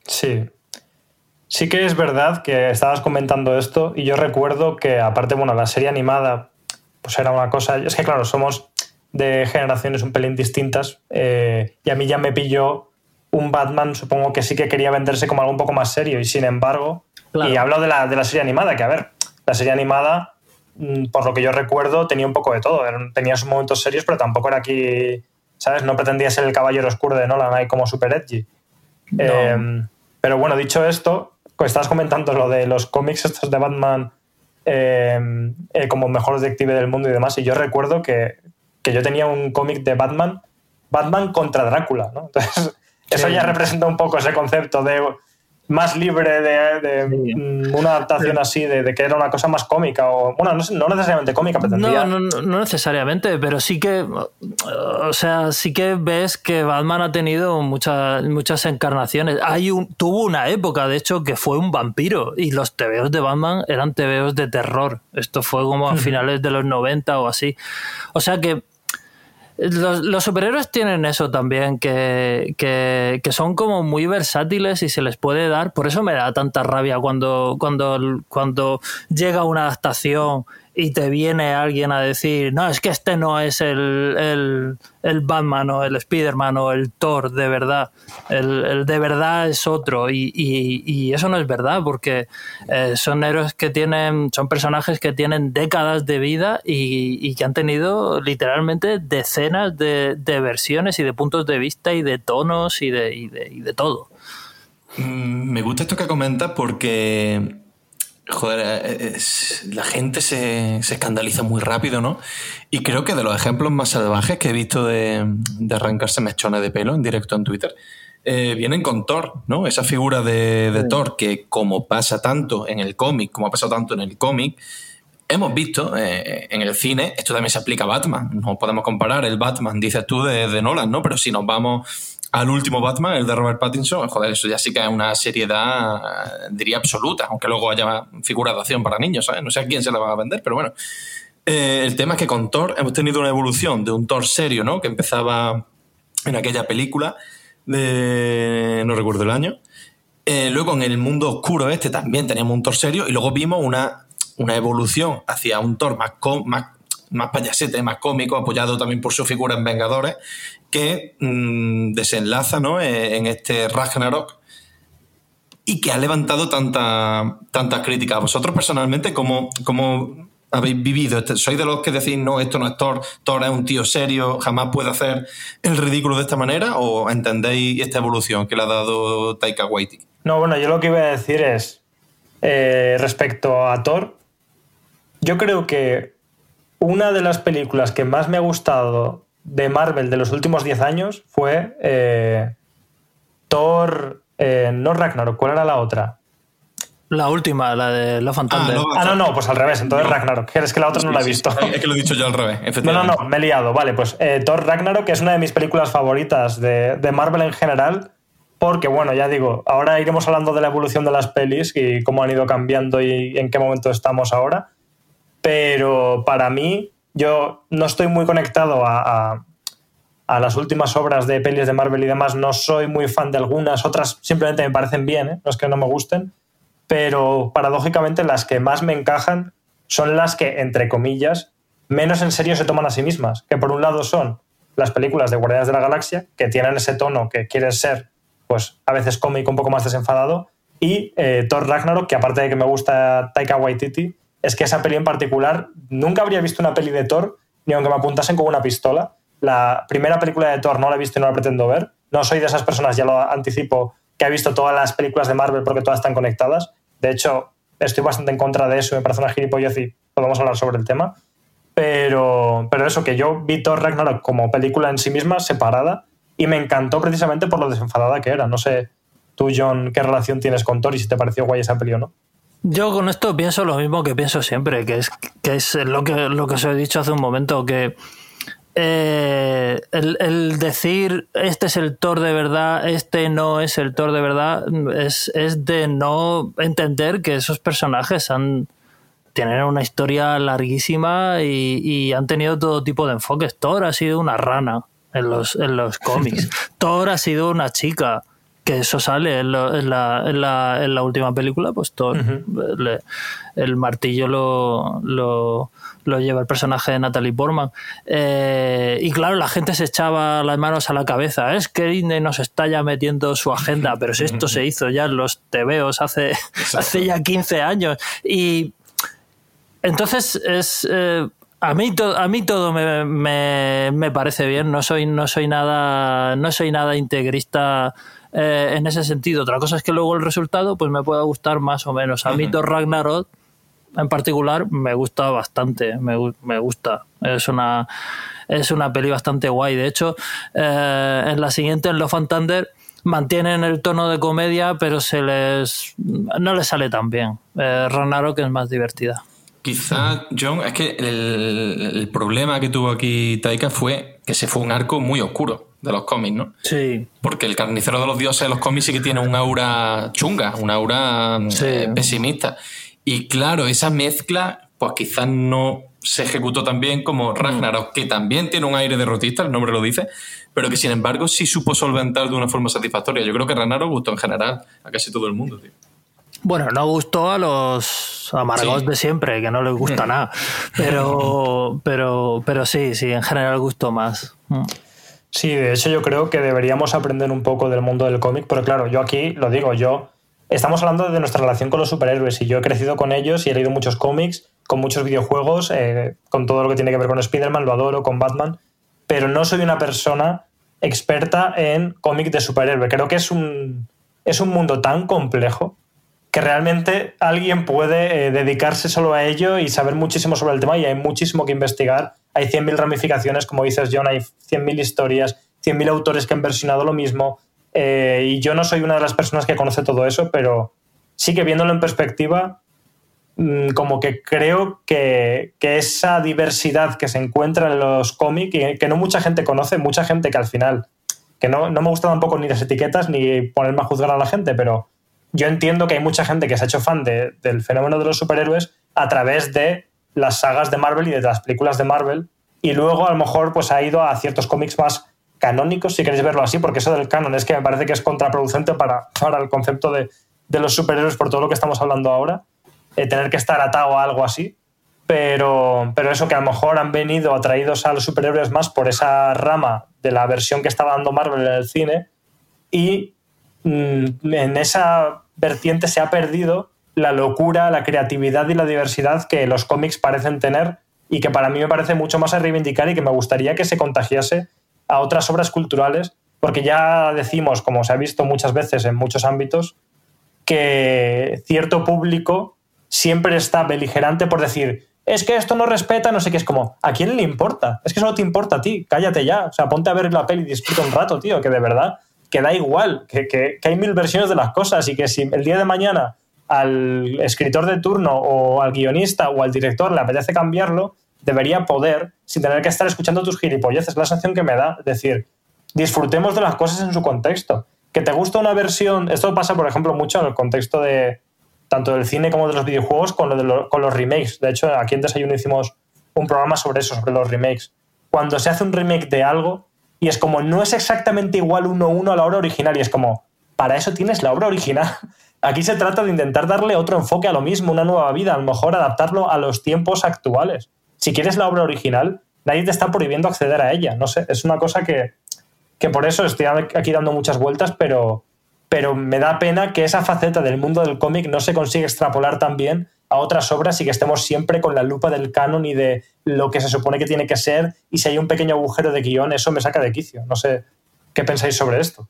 Sí que es verdad que estabas comentando esto, y yo recuerdo que aparte, bueno, la serie animada pues era una cosa... Es que claro, somos de generaciones un pelín distintas, y a mí ya me pilló un Batman, supongo que sí que quería venderse como algo un poco más serio, y sin embargo, claro. Y hablo de la serie animada, que a ver, la serie animada, por lo que yo recuerdo, tenía un poco de todo. Tenía sus momentos serios, pero tampoco era aquí, ¿sabes? No pretendía ser el caballero oscuro de Nolan ahí como super edgy. No. Pero bueno, dicho esto, pues estabas comentando lo de los cómics estos de Batman como mejor detective del mundo y demás, y yo recuerdo que yo tenía un cómic de Batman contra Drácula, ¿no? Entonces, eso ya representa un poco ese concepto de... más libre de una adaptación así, de que era una cosa más cómica, o bueno, no necesariamente cómica, pretendía. No necesariamente, pero sí que, o sea, sí que ves que Batman ha tenido muchas encarnaciones. Tuvo una época, de hecho, que fue un vampiro, y los TVOs de Batman eran TVOs de terror. Esto fue como a finales de los 90 o así. O sea que los superhéroes tienen eso también, que son como muy versátiles y se les puede dar. Por eso me da tanta rabia cuando llega una adaptación y te viene alguien a decir, no, es que este no es el Batman o el Spider-Man o el Thor de verdad, el de verdad es otro, y eso no es verdad, porque son héroes son personajes que tienen décadas de vida y que han tenido literalmente decenas de versiones y de puntos de vista y de tonos y de todo. Me gusta esto que comentas porque, joder, la gente se escandaliza muy rápido, ¿no? Y creo que de los ejemplos más salvajes que he visto de arrancarse mechones de pelo en directo en Twitter, vienen con Thor, ¿no? Esa figura de Thor que, como pasa tanto en el cómic, como ha pasado tanto en el cómic, hemos visto en el cine, esto también se aplica a Batman. No podemos comparar el Batman, dices tú, de Nolan, ¿no? Pero si nos vamos al último Batman, el de Robert Pattinson, joder, eso ya sí que es una seriedad, diría, absoluta, aunque luego haya figuras de acción para niños, ¿sabes? No sé a quién se la va a vender, pero bueno. El tema es que con Thor hemos tenido una evolución de un Thor serio, ¿no? Que empezaba en aquella película de... no recuerdo el año. Luego en el mundo oscuro también teníamos un Thor serio y luego vimos una evolución hacia un Thor más payasete, más cómico, apoyado también por su figura en Vengadores, que desenlaza, ¿no? En este Ragnarok y que ha levantado tantas críticas. Vosotros personalmente, ¿cómo habéis vivido? ¿Sois de los que decís, no, esto no es Thor, Thor es un tío serio, jamás puede hacer el ridículo de esta manera, o entendéis esta evolución que le ha dado Taika Waititi? No, bueno, yo lo que iba a decir es, respecto a Thor, yo creo que una de las películas que más me ha gustado de Marvel de los últimos 10 años fue Thor, no Ragnarok, ¿cuál era la otra? La última, la de Love and Thunder. No, pues al revés, entonces no. Ragnarok, es que la otra no la he visto. Es que lo he dicho yo al revés, efectivamente. No, me he liado, vale, pues Thor Ragnarok es una de mis películas favoritas de Marvel en general, porque bueno, ya digo, ahora iremos hablando de la evolución de las pelis y cómo han ido cambiando y en qué momento estamos ahora, pero para mí, yo no estoy muy conectado a las últimas obras de pelis de Marvel y demás, no soy muy fan de algunas, otras simplemente me parecen bien, no es que no me gusten, pero paradójicamente las que más me encajan son las que, entre comillas, menos en serio se toman a sí mismas, que por un lado son las películas de Guardianes de la Galaxia, que tienen ese tono que quieren ser, pues a veces cómico, un poco más desenfadado, y Thor Ragnarok, que aparte de que me gusta Taika Waititi, es que esa peli en particular, nunca habría visto una peli de Thor ni aunque me apuntasen con una pistola. La primera película de Thor no la he visto y no la pretendo ver. No soy de esas personas, ya lo anticipo, que ha visto todas las películas de Marvel porque todas están conectadas. De hecho, estoy bastante en contra de eso, me parece una gilipollez y podemos hablar sobre el tema. Pero eso, que yo vi Thor Ragnarok como película en sí misma, separada, y me encantó precisamente por lo desenfadada que era. No sé tú, John, qué relación tienes con Thor y si te pareció guay esa peli o no. Yo con esto pienso lo mismo que pienso siempre, que es lo que os he dicho hace un momento, que el decir este es el Thor de verdad, este no es el Thor de verdad, es de no entender que esos personajes tienen una historia larguísima y han tenido todo tipo de enfoques. Thor ha sido una rana en los cómics. Thor ha sido una chica, que eso sale en la última película, pues Thor, el martillo lo lleva el personaje de Natalie Portman. Y claro, la gente se echaba las manos a la cabeza. Es que Disney nos está ya metiendo su agenda, pero si esto se hizo ya en los tebeos hace ya 15 años. Y entonces a mí todo me parece bien. No soy nada integrista en ese sentido. Otra cosa es que luego el resultado pues me pueda gustar más o menos. A mí Thor Ragnarok en particular me gusta bastante, me gusta. Es una peli bastante guay. De hecho, en la siguiente, en Love and Thunder, mantienen el tono de comedia, pero no les sale tan bien. Ragnarok es más divertida. Quizá, John, es que el problema que tuvo aquí Taika fue que se fue un arco muy oscuro de los cómics, ¿no? Sí. Porque el carnicero de los dioses de los cómics sí que tiene un aura chunga, un aura pesimista. Y claro, esa mezcla, pues quizás no se ejecutó tan bien como Ragnarok, que también tiene un aire derrotista, el nombre lo dice, pero que sin embargo sí supo solventar de una forma satisfactoria. Yo creo que Ragnarok gustó en general a casi todo el mundo, tío. Bueno, no gustó a los amargados de siempre, que no les gusta nada. Pero sí, en general gustó más. Sí, de hecho yo creo que deberíamos aprender un poco del mundo del cómic, pero claro, yo aquí lo digo, estamos hablando de nuestra relación con los superhéroes y yo he crecido con ellos y he leído muchos cómics, con muchos videojuegos, con todo lo que tiene que ver con Spider-Man, lo adoro, con Batman, pero no soy una persona experta en cómic de superhéroe. Creo que es un mundo tan complejo que realmente alguien puede dedicarse solo a ello y saber muchísimo sobre el tema, y hay muchísimo que investigar. Hay 100.000 ramificaciones, como dices, John, hay 100.000 historias, 100.000 autores que han versionado lo mismo, y yo no soy una de las personas que conoce todo eso, pero sí que viéndolo en perspectiva, como que creo que esa diversidad que se encuentra en los cómics, y que no mucha gente conoce, mucha gente que al final, que no me gusta tampoco ni las etiquetas ni ponerme a juzgar a la gente, pero yo entiendo que hay mucha gente que se ha hecho fan del fenómeno de los superhéroes a través de las sagas de Marvel y de las películas de Marvel, y luego a lo mejor pues ha ido a ciertos cómics más canónicos, si queréis verlo así, porque eso del canon es que me parece que es contraproducente para el concepto de los superhéroes por todo lo que estamos hablando ahora, tener que estar atado a algo así, pero eso, que a lo mejor han venido atraídos a los superhéroes más por esa rama de la versión que estaba dando Marvel en el cine, y en esa vertiente se ha perdido la locura, la creatividad y la diversidad que los cómics parecen tener, y que para mí me parece mucho más a reivindicar, y que me gustaría que se contagiase a otras obras culturales, porque ya decimos, como se ha visto muchas veces en muchos ámbitos, que cierto público siempre está beligerante por decir, es que esto no respeta, no sé qué. Es como, ¿a quién le importa? Es que solo te importa a ti, cállate ya, o sea, ponte a ver la peli y disfruta un rato, tío, que de verdad que da igual, que hay 1000 versiones de las cosas, y que si el día de mañana al escritor de turno o al guionista o al director le apetece cambiarlo, debería poder, sin tener que estar escuchando tus gilipolleces. Es la sensación que me da. Es decir, disfrutemos de las cosas en su contexto. Que te gusta una versión... Esto pasa, por ejemplo, mucho en el contexto de tanto del cine como de los videojuegos con los remakes. De hecho, aquí en Desayuno hicimos un programa sobre eso, sobre los remakes. Cuando se hace un remake de algo y es como, no es exactamente igual 1-1 a la obra original, y es como, para eso tienes la obra original. Aquí se trata de intentar darle otro enfoque a lo mismo, una nueva vida, a lo mejor adaptarlo a los tiempos actuales. Si quieres la obra original, nadie te está prohibiendo acceder a ella. No sé, es una cosa que por eso estoy aquí dando muchas vueltas, pero me da pena que esa faceta del mundo del cómic no se consiga extrapolar también a otras obras, y que estemos siempre con la lupa del canon y de lo que se supone que tiene que ser, y si hay un pequeño agujero de guión, eso me saca de quicio. No sé qué pensáis sobre esto.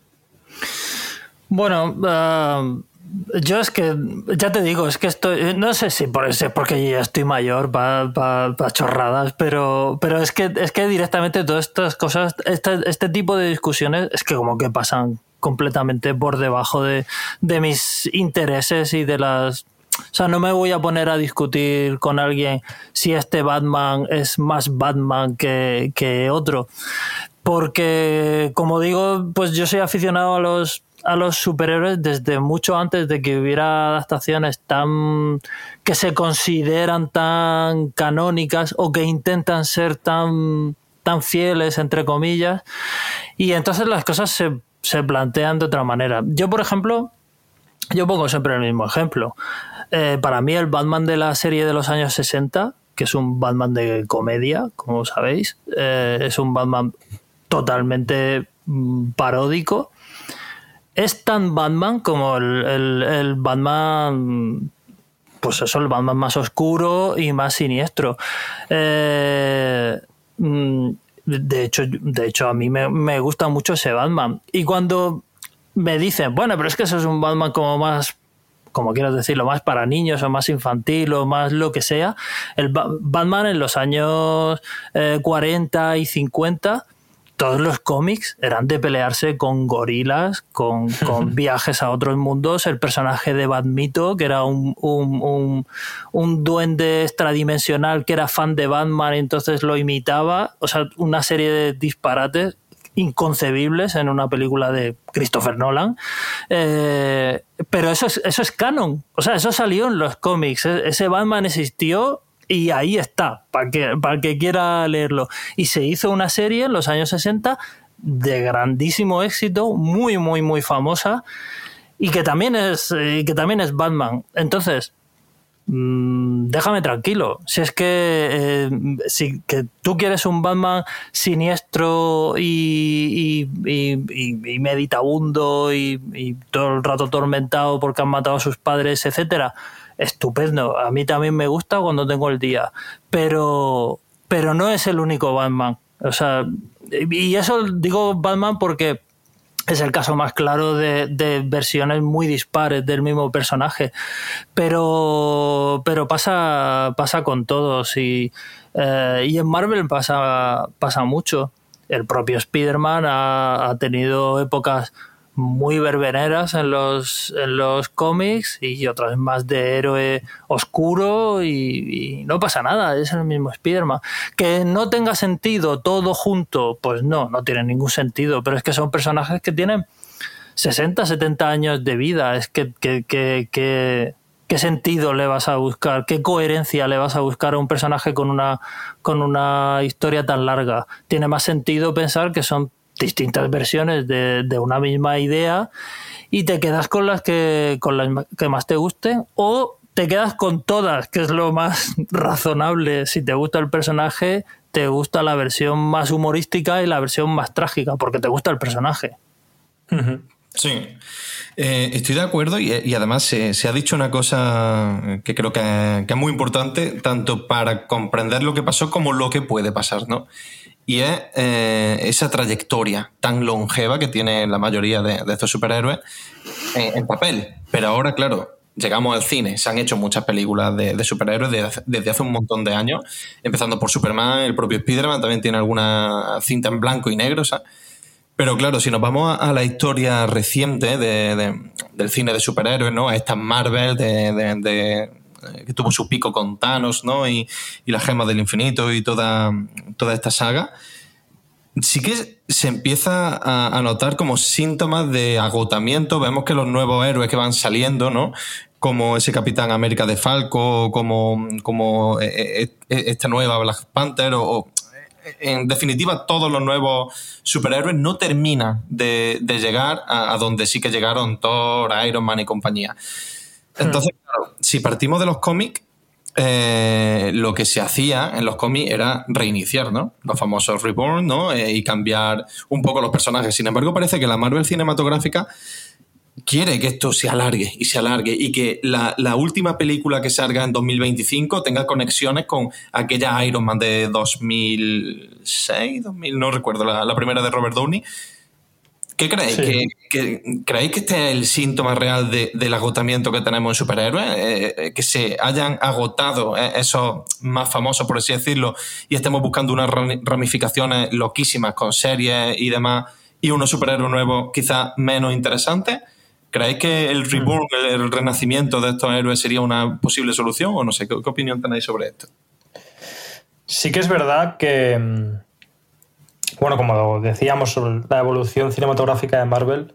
Bueno, yo es que, ya te digo, es que estoy, no sé si porque ya estoy mayor para chorradas, pero es que directamente todas estas cosas, este tipo de discusiones, es que como que pasan completamente por debajo de mis intereses y de las... O sea, no me voy a poner a discutir con alguien si este Batman es más Batman que otro, porque, como digo, pues yo soy aficionado a los superhéroes desde mucho antes de que hubiera adaptaciones que se consideran tan canónicas o que intentan ser tan fieles, entre comillas, y entonces las cosas se plantean de otra manera. Yo, por ejemplo, pongo siempre el mismo ejemplo. Para mí el Batman de la serie de los años 60, que es un Batman de comedia, como sabéis, es un Batman totalmente paródico. Es tan Batman como el Batman, pues eso, el Batman más oscuro y más siniestro. De hecho a mí me gusta mucho ese Batman. Y cuando me dicen, bueno, pero es que eso es un Batman como más, como quieras decirlo, más para niños o más infantil o más lo que sea, el Batman en los años 40 y 50, todos los cómics eran de pelearse con gorilas, con viajes a otros mundos. El personaje de Batmito, que era un duende extradimensional que era fan de Batman y entonces lo imitaba. O sea, una serie de disparates inconcebibles en una película de Christopher Nolan. Pero eso es canon. O sea, eso salió en los cómics. Ese Batman existió y ahí está, para el que quiera leerlo. Y se hizo una serie en los años 60 de grandísimo éxito, muy, muy, muy famosa. y que también es Batman. Entonces, déjame tranquilo. Si es que que tú quieres un Batman siniestro y meditabundo y todo el rato atormentado porque han matado a sus padres, etcétera, estupendo. A mí también me gusta cuando tengo el día, pero no es el único Batman. O sea, y eso digo Batman porque es el caso más claro de versiones muy dispares del mismo personaje, pero pasa con todos y en Marvel pasa mucho. El propio Spider-Man ha tenido épocas muy verbeneras en los cómics y otras más de héroe oscuro y no pasa nada, es el mismo Spider-Man. Que no tenga sentido todo junto, pues no tiene ningún sentido, pero es que son personajes que tienen 60, 70 años de vida. Es que ¿qué sentido le vas a buscar? ¿Qué coherencia le vas a buscar a un personaje con una historia tan larga? Tiene más sentido pensar que son distintas versiones de una misma idea y te quedas con las que más te gusten, o te quedas con todas, que es lo más razonable. Si te gusta el personaje, te gusta la versión más humorística y la versión más trágica, porque te gusta el personaje. Sí, estoy de acuerdo y además se ha dicho una cosa que creo que es muy importante, tanto para comprender lo que pasó como lo que puede pasar, ¿no? Y es esa trayectoria tan longeva que tiene la mayoría de estos superhéroes en papel. Pero ahora, claro, llegamos al cine. Se han hecho muchas películas de superhéroes desde hace un montón de años, empezando por Superman, el propio Spider-Man también tiene alguna cinta en blanco y negro, ¿sabes? Pero claro, si nos vamos a la historia reciente del cine de superhéroes, ¿no? A esta Marvel que tuvo su pico con Thanos, ¿no? Y las gemas del infinito y toda esta saga, sí que se empieza a notar como síntomas de agotamiento. Vemos que los nuevos héroes que van saliendo, ¿no? Como ese Capitán América de Falco, como esta nueva Black Panther o en definitiva todos los nuevos superhéroes no terminan de llegar a donde sí que llegaron Thor, Iron Man y compañía. Entonces, claro, si partimos de los cómics, lo que se hacía en los cómics era reiniciar, ¿no? Los famosos Reborn, ¿no? Y cambiar un poco los personajes. Sin embargo, parece que la Marvel cinematográfica quiere que esto se alargue y que la última película que salga en 2025 tenga conexiones con aquella Iron Man de 2006, 2000, no recuerdo, la primera de Robert Downey. ¿Qué creéis? Sí. ¿Creéis que este es el síntoma real del agotamiento que tenemos en superhéroes? Que se hayan agotado esos más famosos, por así decirlo, y estemos buscando unas ramificaciones loquísimas con series y demás, y unos superhéroes nuevos quizás menos interesantes. ¿Creéis que el reborn, el renacimiento de estos héroes sería una posible solución? O no sé, ¿qué opinión tenéis sobre esto? Sí que es verdad que, bueno, como decíamos sobre la evolución cinematográfica de Marvel,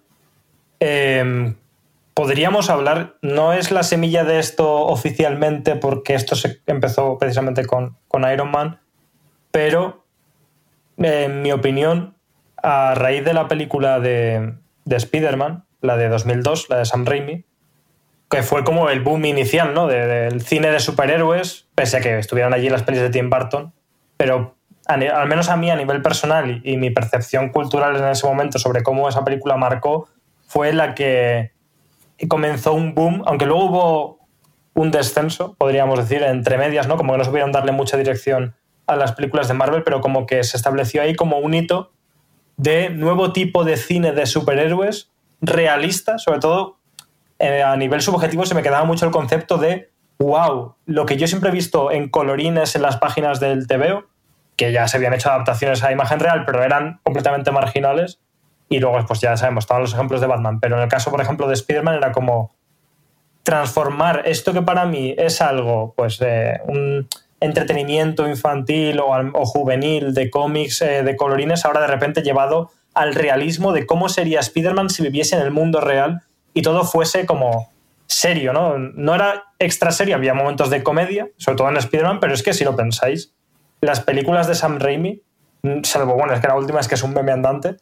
podríamos hablar, no es la semilla de esto oficialmente porque esto se empezó precisamente con Iron Man, pero en mi opinión, a raíz de la película de Spider-Man, la de 2002, la de Sam Raimi, que fue como el boom inicial, ¿no? del cine de superhéroes, pese a que estuvieran allí las pelis de Tim Burton, pero al menos a mí, a nivel personal y mi percepción cultural en ese momento sobre cómo esa película marcó, fue la que comenzó un boom, aunque luego hubo un descenso, podríamos decir, entre medias, ¿no? Como que no supieron darle mucha dirección a las películas de Marvel, pero como que se estableció ahí como un hito de nuevo tipo de cine de superhéroes realista, sobre todo a nivel subjetivo se me quedaba mucho el concepto de wow, lo que yo siempre he visto en colorines en las páginas del TVO, que ya se habían hecho adaptaciones a imagen real, pero eran completamente marginales, y luego pues ya sabemos todos los ejemplos de Batman, pero en el caso, por ejemplo, de Spider-Man era como transformar esto que para mí es algo, pues un entretenimiento infantil o juvenil de cómics, de colorines, ahora de repente llevado al realismo de cómo sería Spider-Man si viviese en el mundo real y todo fuese como serio, ¿no? No era extra serio, había momentos de comedia, sobre todo en Spider-Man, pero es que si lo pensáis, las películas de Sam Raimi, salvo, bueno, es que la última es que es un meme andante,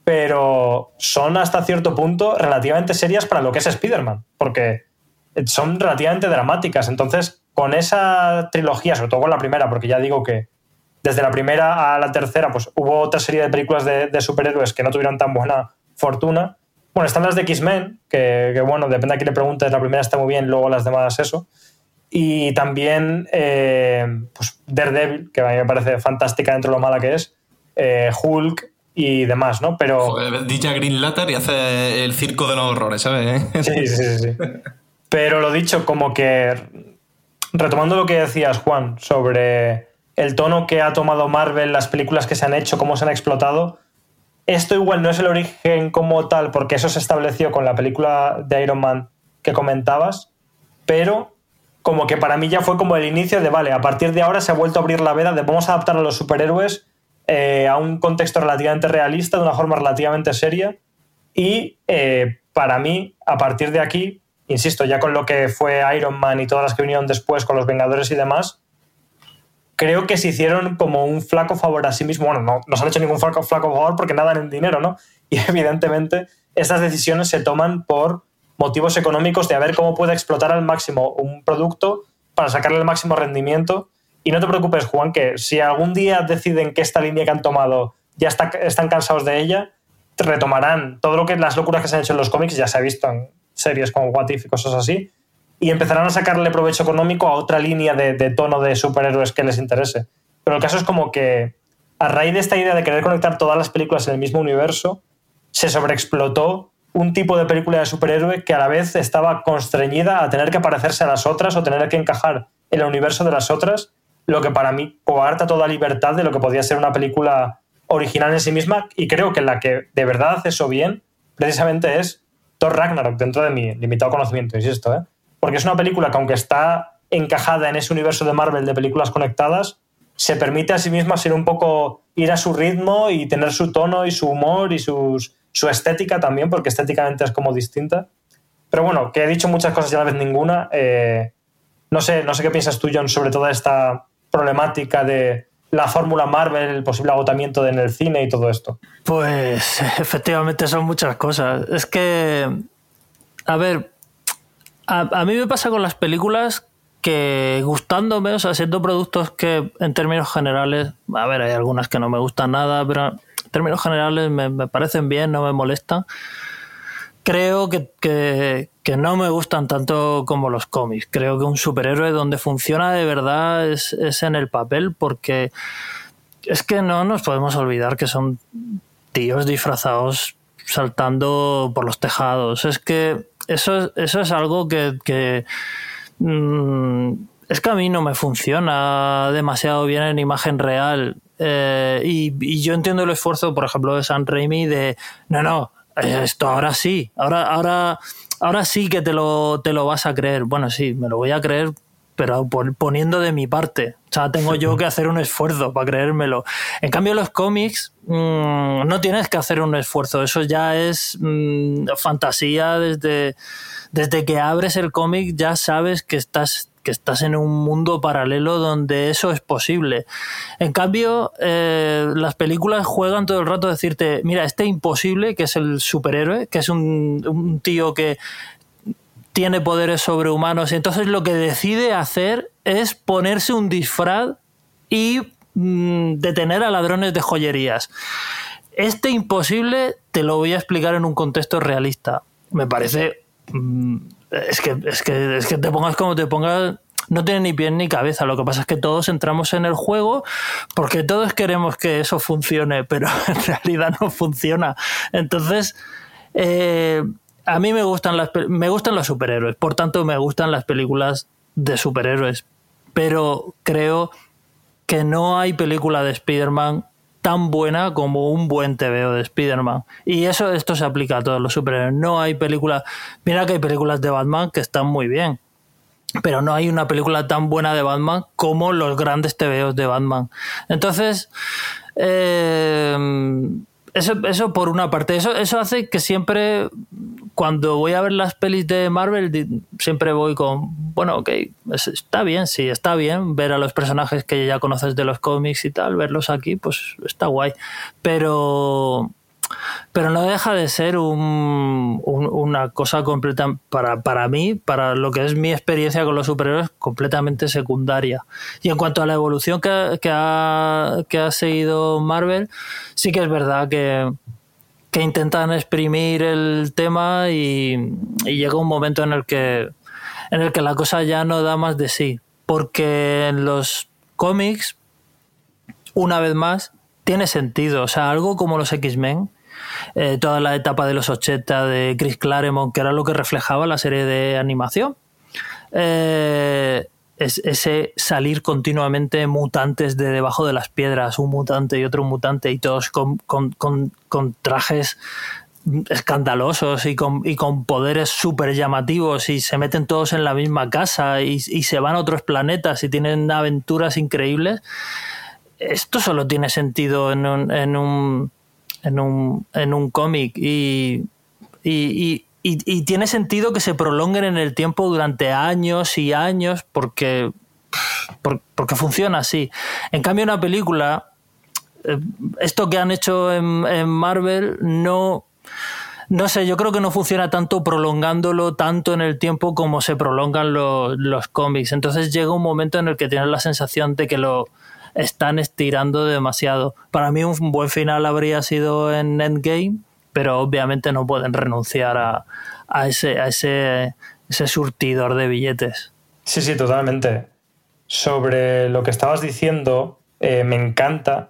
pero son hasta cierto punto relativamente serias para lo que es Spider-Man, porque son relativamente dramáticas. Entonces, con esa trilogía, sobre todo con la primera, porque ya digo que desde la primera a la tercera pues hubo otra serie de películas de superhéroes que no tuvieron tan buena fortuna. Bueno, están las de X-Men, que bueno, depende a quién le preguntes, la primera está muy bien, luego las demás eso. Y también pues Daredevil, que a mí me parece fantástica dentro de lo mala que es, Hulk y demás, ¿no? Pero... Joder, dicha Green Lantern y hace el circo de los horrores, ¿sabes? Sí. Pero lo dicho, como que retomando lo que decías, Juan, sobre el tono que ha tomado Marvel, las películas que se han hecho, cómo se han explotado, esto igual no es el origen como tal, porque eso se estableció con la película de Iron Man que comentabas, pero como que para mí ya fue como el inicio de, vale, a partir de ahora se ha vuelto a abrir la veda de vamos a adaptar a los superhéroes a un contexto relativamente realista, de una forma relativamente seria, y para mí, a partir de aquí, insisto, ya con lo que fue Iron Man y todas las que vinieron después con los Vengadores y demás, creo que se hicieron como un flaco favor a sí mismo. Bueno, no se han hecho ningún flaco favor porque nada en dinero, ¿no? Y evidentemente estas decisiones se toman por motivos económicos de a ver cómo puede explotar al máximo un producto para sacarle el máximo rendimiento. Y no te preocupes, Juan, que si algún día deciden que esta línea que han tomado ya están cansados de ella, retomarán todo lo que las locuras que se han hecho en los cómics, ya se ha visto en series como What If y cosas así, y empezarán a sacarle provecho económico a otra línea de tono de superhéroes que les interese. Pero el caso es como que a raíz de esta idea de querer conectar todas las películas en el mismo universo, se sobreexplotó un tipo de película de superhéroe que a la vez estaba constreñida a tener que parecerse a las otras o tener que encajar en el universo de las otras, lo que para mí coarta toda libertad de lo que podía ser una película original en sí misma, y creo que la que de verdad hace eso bien precisamente es Thor Ragnarok, dentro de mi limitado conocimiento, insisto, porque es una película que, aunque está encajada en ese universo de Marvel de películas conectadas, se permite a sí misma ser un poco, ir a su ritmo y tener su tono y su humor y su estética también, porque estéticamente es como distinta. Pero bueno, que he dicho muchas cosas y a la vez ninguna. No sé qué piensas tú, John, sobre toda esta problemática de la fórmula Marvel, el posible agotamiento en el cine y todo esto. Pues efectivamente son muchas cosas. Es que, a ver, a mí me pasa con las películas que, gustándome, o sea, siendo productos que en términos generales, a ver, hay algunas que no me gustan nada, pero en términos generales me parecen bien, no me molestan. Creo que no me gustan tanto como los cómics. Creo que un superhéroe donde funciona de verdad es en el papel, porque es que no nos podemos olvidar que son tíos disfrazados saltando por los tejados. Es que eso es algo que es que a mí no me funciona demasiado bien en imagen real. Y yo entiendo el esfuerzo, por ejemplo, de Sam Raimi de no, esto ahora sí, ahora sí que te lo vas a creer. Bueno, sí, me lo voy a creer, pero poniendo de mi parte. O sea, tengo yo que hacer un esfuerzo para creérmelo. En cambio, los cómics no tienes que hacer un esfuerzo. Eso ya es fantasía. Desde que abres el cómic ya sabes que estás en un mundo paralelo donde eso es posible. En cambio, las películas juegan todo el rato a decirte, mira, este imposible, que es el superhéroe, que es un tío que tiene poderes sobrehumanos, y entonces lo que decide hacer es ponerse un disfraz y detener a ladrones de joyerías. Este imposible te lo voy a explicar en un contexto realista. Me parece... Es que te pongas como te pongas, no tiene ni pie ni cabeza. Lo que pasa es que todos entramos en el juego porque todos queremos que eso funcione, pero en realidad no funciona. Entonces, a mí me gustan los superhéroes, por tanto me gustan las películas de superhéroes, pero creo que no hay película de Spider-Man tan buena como un buen TVO de Spider-Man. Y esto se aplica a todos los superhéroes. No hay películas... Mira que hay películas de Batman que están muy bien, pero no hay una película tan buena de Batman como los grandes TVOs de Batman. Entonces, eso por una parte. Eso hace que siempre, cuando voy a ver las pelis de Marvel, siempre voy con, bueno, ok, está bien, sí, está bien ver a los personajes que ya conoces de los cómics y tal, verlos aquí, pues está guay. Pero pero no deja de ser una cosa completa para mí, para lo que es mi experiencia con los superhéroes, completamente secundaria. Y en cuanto a la evolución que ha seguido Marvel, sí que es verdad que intentan exprimir el tema y llega un momento en el que la cosa ya no da más de sí, porque en los cómics, una vez más, tiene sentido. O sea, algo como los X-Men, toda la etapa de los 80 de Chris Claremont, que era lo que reflejaba la serie de animación, ese salir continuamente mutantes de debajo de las piedras, un mutante y otro mutante, y todos con trajes escandalosos y con poderes súper llamativos, y se meten todos en la misma casa y se van a otros planetas y tienen aventuras increíbles. Esto solo tiene sentido en un cómic y tiene sentido que se prolonguen en el tiempo durante años y años porque funciona así. En cambio, una película, esto que han hecho en Marvel, no sé, yo creo que no funciona tanto prolongándolo tanto en el tiempo como se prolongan los cómics. Entonces llega un momento en el que tienes la sensación de que lo están estirando demasiado. Para mí un buen final habría sido en Endgame, pero obviamente no pueden renunciar a ese surtidor de billetes. Sí, totalmente. Sobre lo que estabas diciendo, me encanta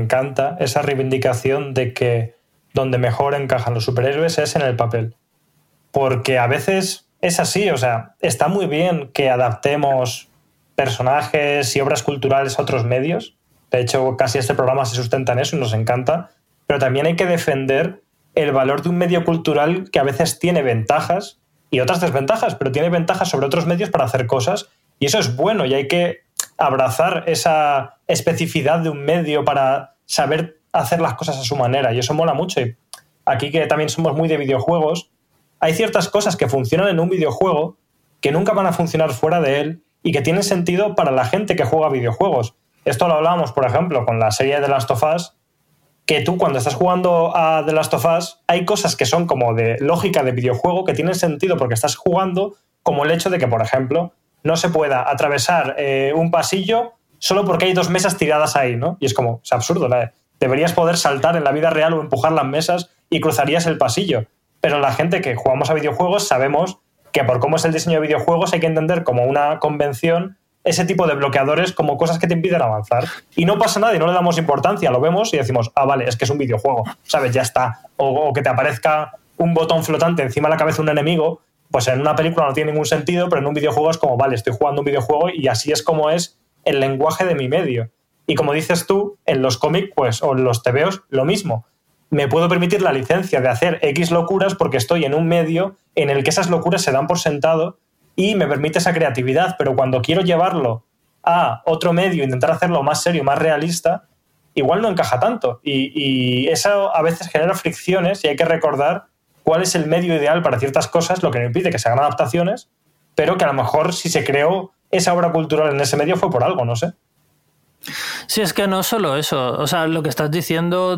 esa reivindicación de que donde mejor encajan los superhéroes es en el papel. Porque a veces es así, o sea, está muy bien que adaptemos personajes y obras culturales a otros medios. De hecho, casi este programa se sustenta en eso y nos encanta. Pero también hay que defender el valor de un medio cultural que a veces tiene ventajas y otras desventajas, pero tiene ventajas sobre otros medios para hacer cosas, y eso es bueno, y hay que abrazar esa especificidad de un medio para saber hacer las cosas a su manera, y eso mola mucho. Y aquí, que también somos muy de videojuegos, hay ciertas cosas que funcionan en un videojuego que nunca van a funcionar fuera de él y que tienen sentido para la gente que juega videojuegos. Esto lo hablábamos, por ejemplo, con la serie de The Last of Us, que tú, cuando estás jugando a The Last of Us, hay cosas que son como de lógica de videojuego que tienen sentido porque estás jugando, como el hecho de que, por ejemplo, no se pueda atravesar un pasillo solo porque hay 2 mesas tiradas ahí, ¿no? Y es como, es absurdo. Deberías poder saltar en la vida real o empujar las mesas y cruzarías el pasillo. Pero la gente que jugamos a videojuegos sabemos que, por cómo es el diseño de videojuegos, hay que entender como una convención ese tipo de bloqueadores como cosas que te impiden avanzar. Y no pasa nada y no le damos importancia, lo vemos y decimos, vale, es que es un videojuego, ¿sabes? Ya está. O que te aparezca un botón flotante encima de la cabeza de un enemigo, pues en una película no tiene ningún sentido, pero en un videojuego es como, vale, estoy jugando un videojuego y así es como es el lenguaje de mi medio. Y como dices tú, en los cómics, pues, o en los tebeos, lo mismo. Me puedo permitir la licencia de hacer X locuras porque estoy en un medio en el que esas locuras se dan por sentado y me permite esa creatividad, pero cuando quiero llevarlo a otro medio, intentar hacerlo más serio, más realista, igual no encaja tanto. Y eso a veces genera fricciones y hay que recordar cuál es el medio ideal para ciertas cosas, lo que no impide que se hagan adaptaciones, pero que a lo mejor si se creó esa obra cultural en ese medio fue por algo, no sé. Sí, es que no solo eso. O sea, lo que estás diciendo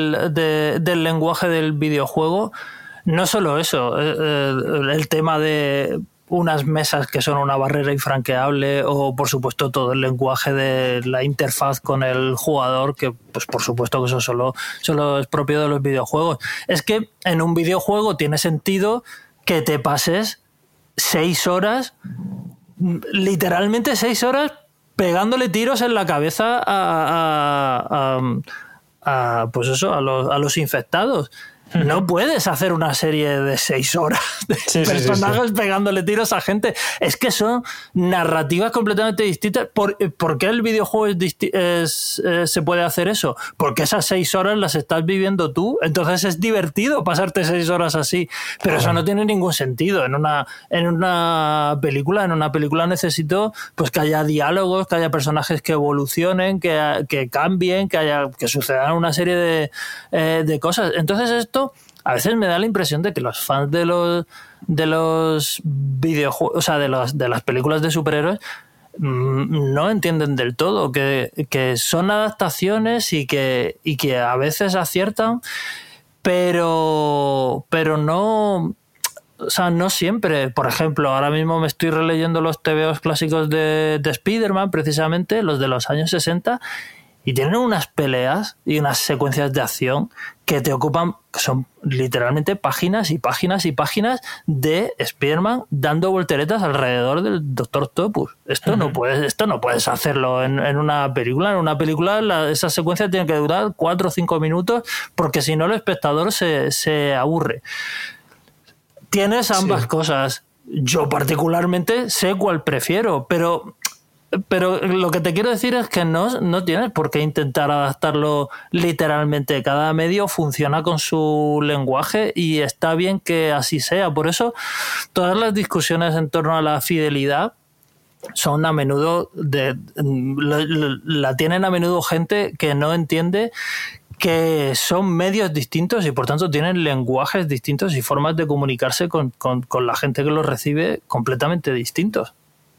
del lenguaje del videojuego, no solo eso. El tema de unas mesas que son una barrera infranqueable, o por supuesto todo el lenguaje de la interfaz con el jugador, que pues por supuesto que eso solo es propio de los videojuegos. Es que en un videojuego tiene sentido que te pases 6 horas, literalmente 6 horas, pegándole tiros en la cabeza pues eso, a los infectados. No puedes hacer una serie de 6 horas de personajes pegándole tiros a gente. Es que son narrativas completamente distintas. ¿Por qué el videojuego se puede hacer eso? Porque esas 6 horas las estás viviendo tú. Entonces es divertido pasarte 6 horas así. Pero eso no tiene ningún sentido. En una película necesito pues que haya diálogos, que haya personajes que evolucionen, que cambien, que sucedan una serie de cosas. Entonces esto a veces me da la impresión de que los fans de los videojuegos, o sea, de las películas de superhéroes, no entienden del todo que son adaptaciones y que a veces aciertan, pero no... O sea, no siempre. Por ejemplo, ahora mismo me estoy releyendo los TVOs clásicos de Spider-Man, precisamente, los de los años 60, y tienen unas peleas y unas secuencias de acción que te ocupan, son literalmente páginas y páginas y páginas de Spider-Man dando volteretas alrededor del Doctor Octopus. Esto no puedes hacerlo en una película. En una película esas secuencias tienen que durar 4 o 5 minutos, porque si no el espectador se aburre. Tienes ambas cosas. Yo particularmente sé cuál prefiero, pero lo que te quiero decir es que no tienes por qué intentar adaptarlo literalmente. Cada medio funciona con su lenguaje y está bien que así sea. Por eso todas las discusiones en torno a la fidelidad son a menudo la tienen a menudo gente que no entiende que son medios distintos y por tanto tienen lenguajes distintos y formas de comunicarse con la gente que los recibe completamente distintos.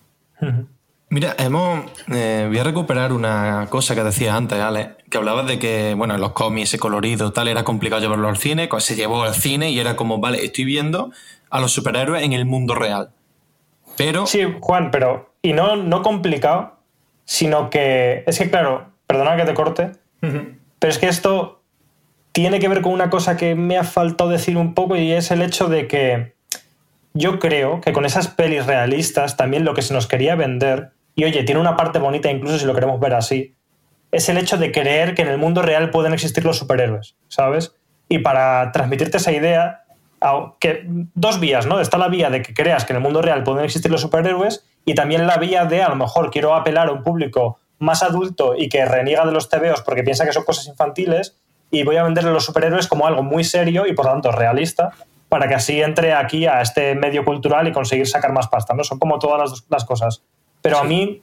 Mira, voy a recuperar una cosa que decías antes, Alex, que hablabas de que, bueno, en los cómics ese colorido tal era complicado llevarlo al cine, pues se llevó al cine y era como, vale, estoy viendo a los superhéroes en el mundo real. Pero... Sí, Juan, pero... Y no complicado, sino que... Es que, claro, perdona que te corte, pero es que esto tiene que ver con una cosa que me ha faltado decir un poco, y es el hecho de que yo creo que con esas pelis realistas también lo que se nos quería vender, y oye, tiene una parte bonita incluso si lo queremos ver así, es el hecho de creer que en el mundo real pueden existir los superhéroes, ¿sabes? Y para transmitirte esa idea, que dos vías, ¿no? Está la vía de que creas que en el mundo real pueden existir los superhéroes, y también la vía de, a lo mejor, quiero apelar a un público más adulto y que reniega de los tebeos porque piensa que son cosas infantiles, y voy a venderle los superhéroes como algo muy serio y por lo tanto realista, para que así entre aquí a este medio cultural y conseguir sacar más pasta, ¿no? Son como todas las cosas. Pero sí. A mí,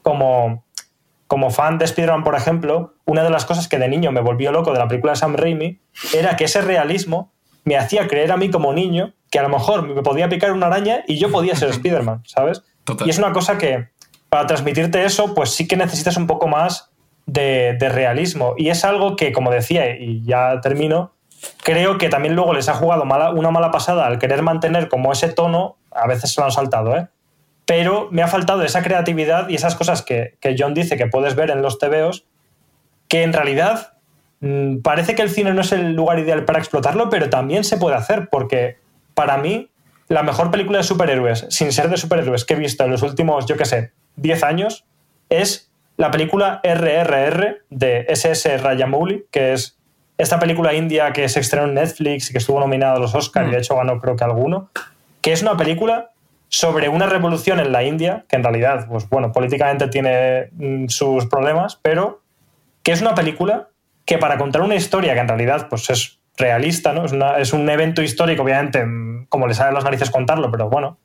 como fan de Spider-Man, por ejemplo, una de las cosas que de niño me volvió loco de la película de Sam Raimi era que ese realismo me hacía creer a mí como niño que a lo mejor me podía picar una araña y yo podía ser Spider-Man, ¿sabes? Total. Y es una cosa que, para transmitirte eso, pues sí que necesitas un poco más de realismo. Y es algo que, como decía, y ya termino, creo que también luego les ha jugado una mala pasada al querer mantener como ese tono. A veces se lo han saltado, ¿eh? Pero me ha faltado esa creatividad y esas cosas que John dice que puedes ver en los tebeos, que en realidad parece que el cine no es el lugar ideal para explotarlo, pero también se puede hacer, porque para mí la mejor película de superhéroes, sin ser de superhéroes, que he visto en los últimos, 10 años, es la película RRR de S.S. Rajamouli, que es esta película india que se estrenó en Netflix y que estuvo nominada a los Oscars y de hecho ganó creo que alguno, que es una película sobre una revolución en la India, que en realidad, pues bueno, políticamente tiene sus problemas, pero que es una película que, para contar una historia que en realidad pues es realista, ¿no? Es un evento histórico, obviamente, como le sale a las narices contarlo, pero bueno,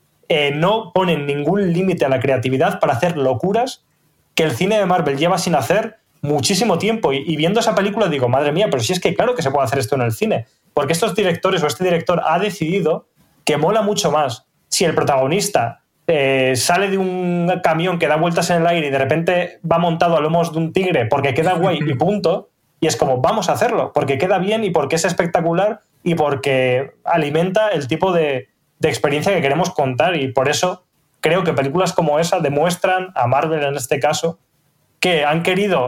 no ponen ningún límite a la creatividad para hacer locuras que el cine de Marvel lleva sin hacer muchísimo tiempo. Y viendo esa película digo, madre mía, pero si es que claro que se puede hacer esto en el cine, porque estos directores o este director ha decidido que mola mucho más si el protagonista sale de un camión que da vueltas en el aire y de repente va montado a lomos de un tigre porque queda guay y punto, y es como, vamos a hacerlo, porque queda bien y porque es espectacular y porque alimenta el tipo de experiencia que queremos contar. Y por eso creo que películas como esa demuestran a Marvel, en este caso, que han querido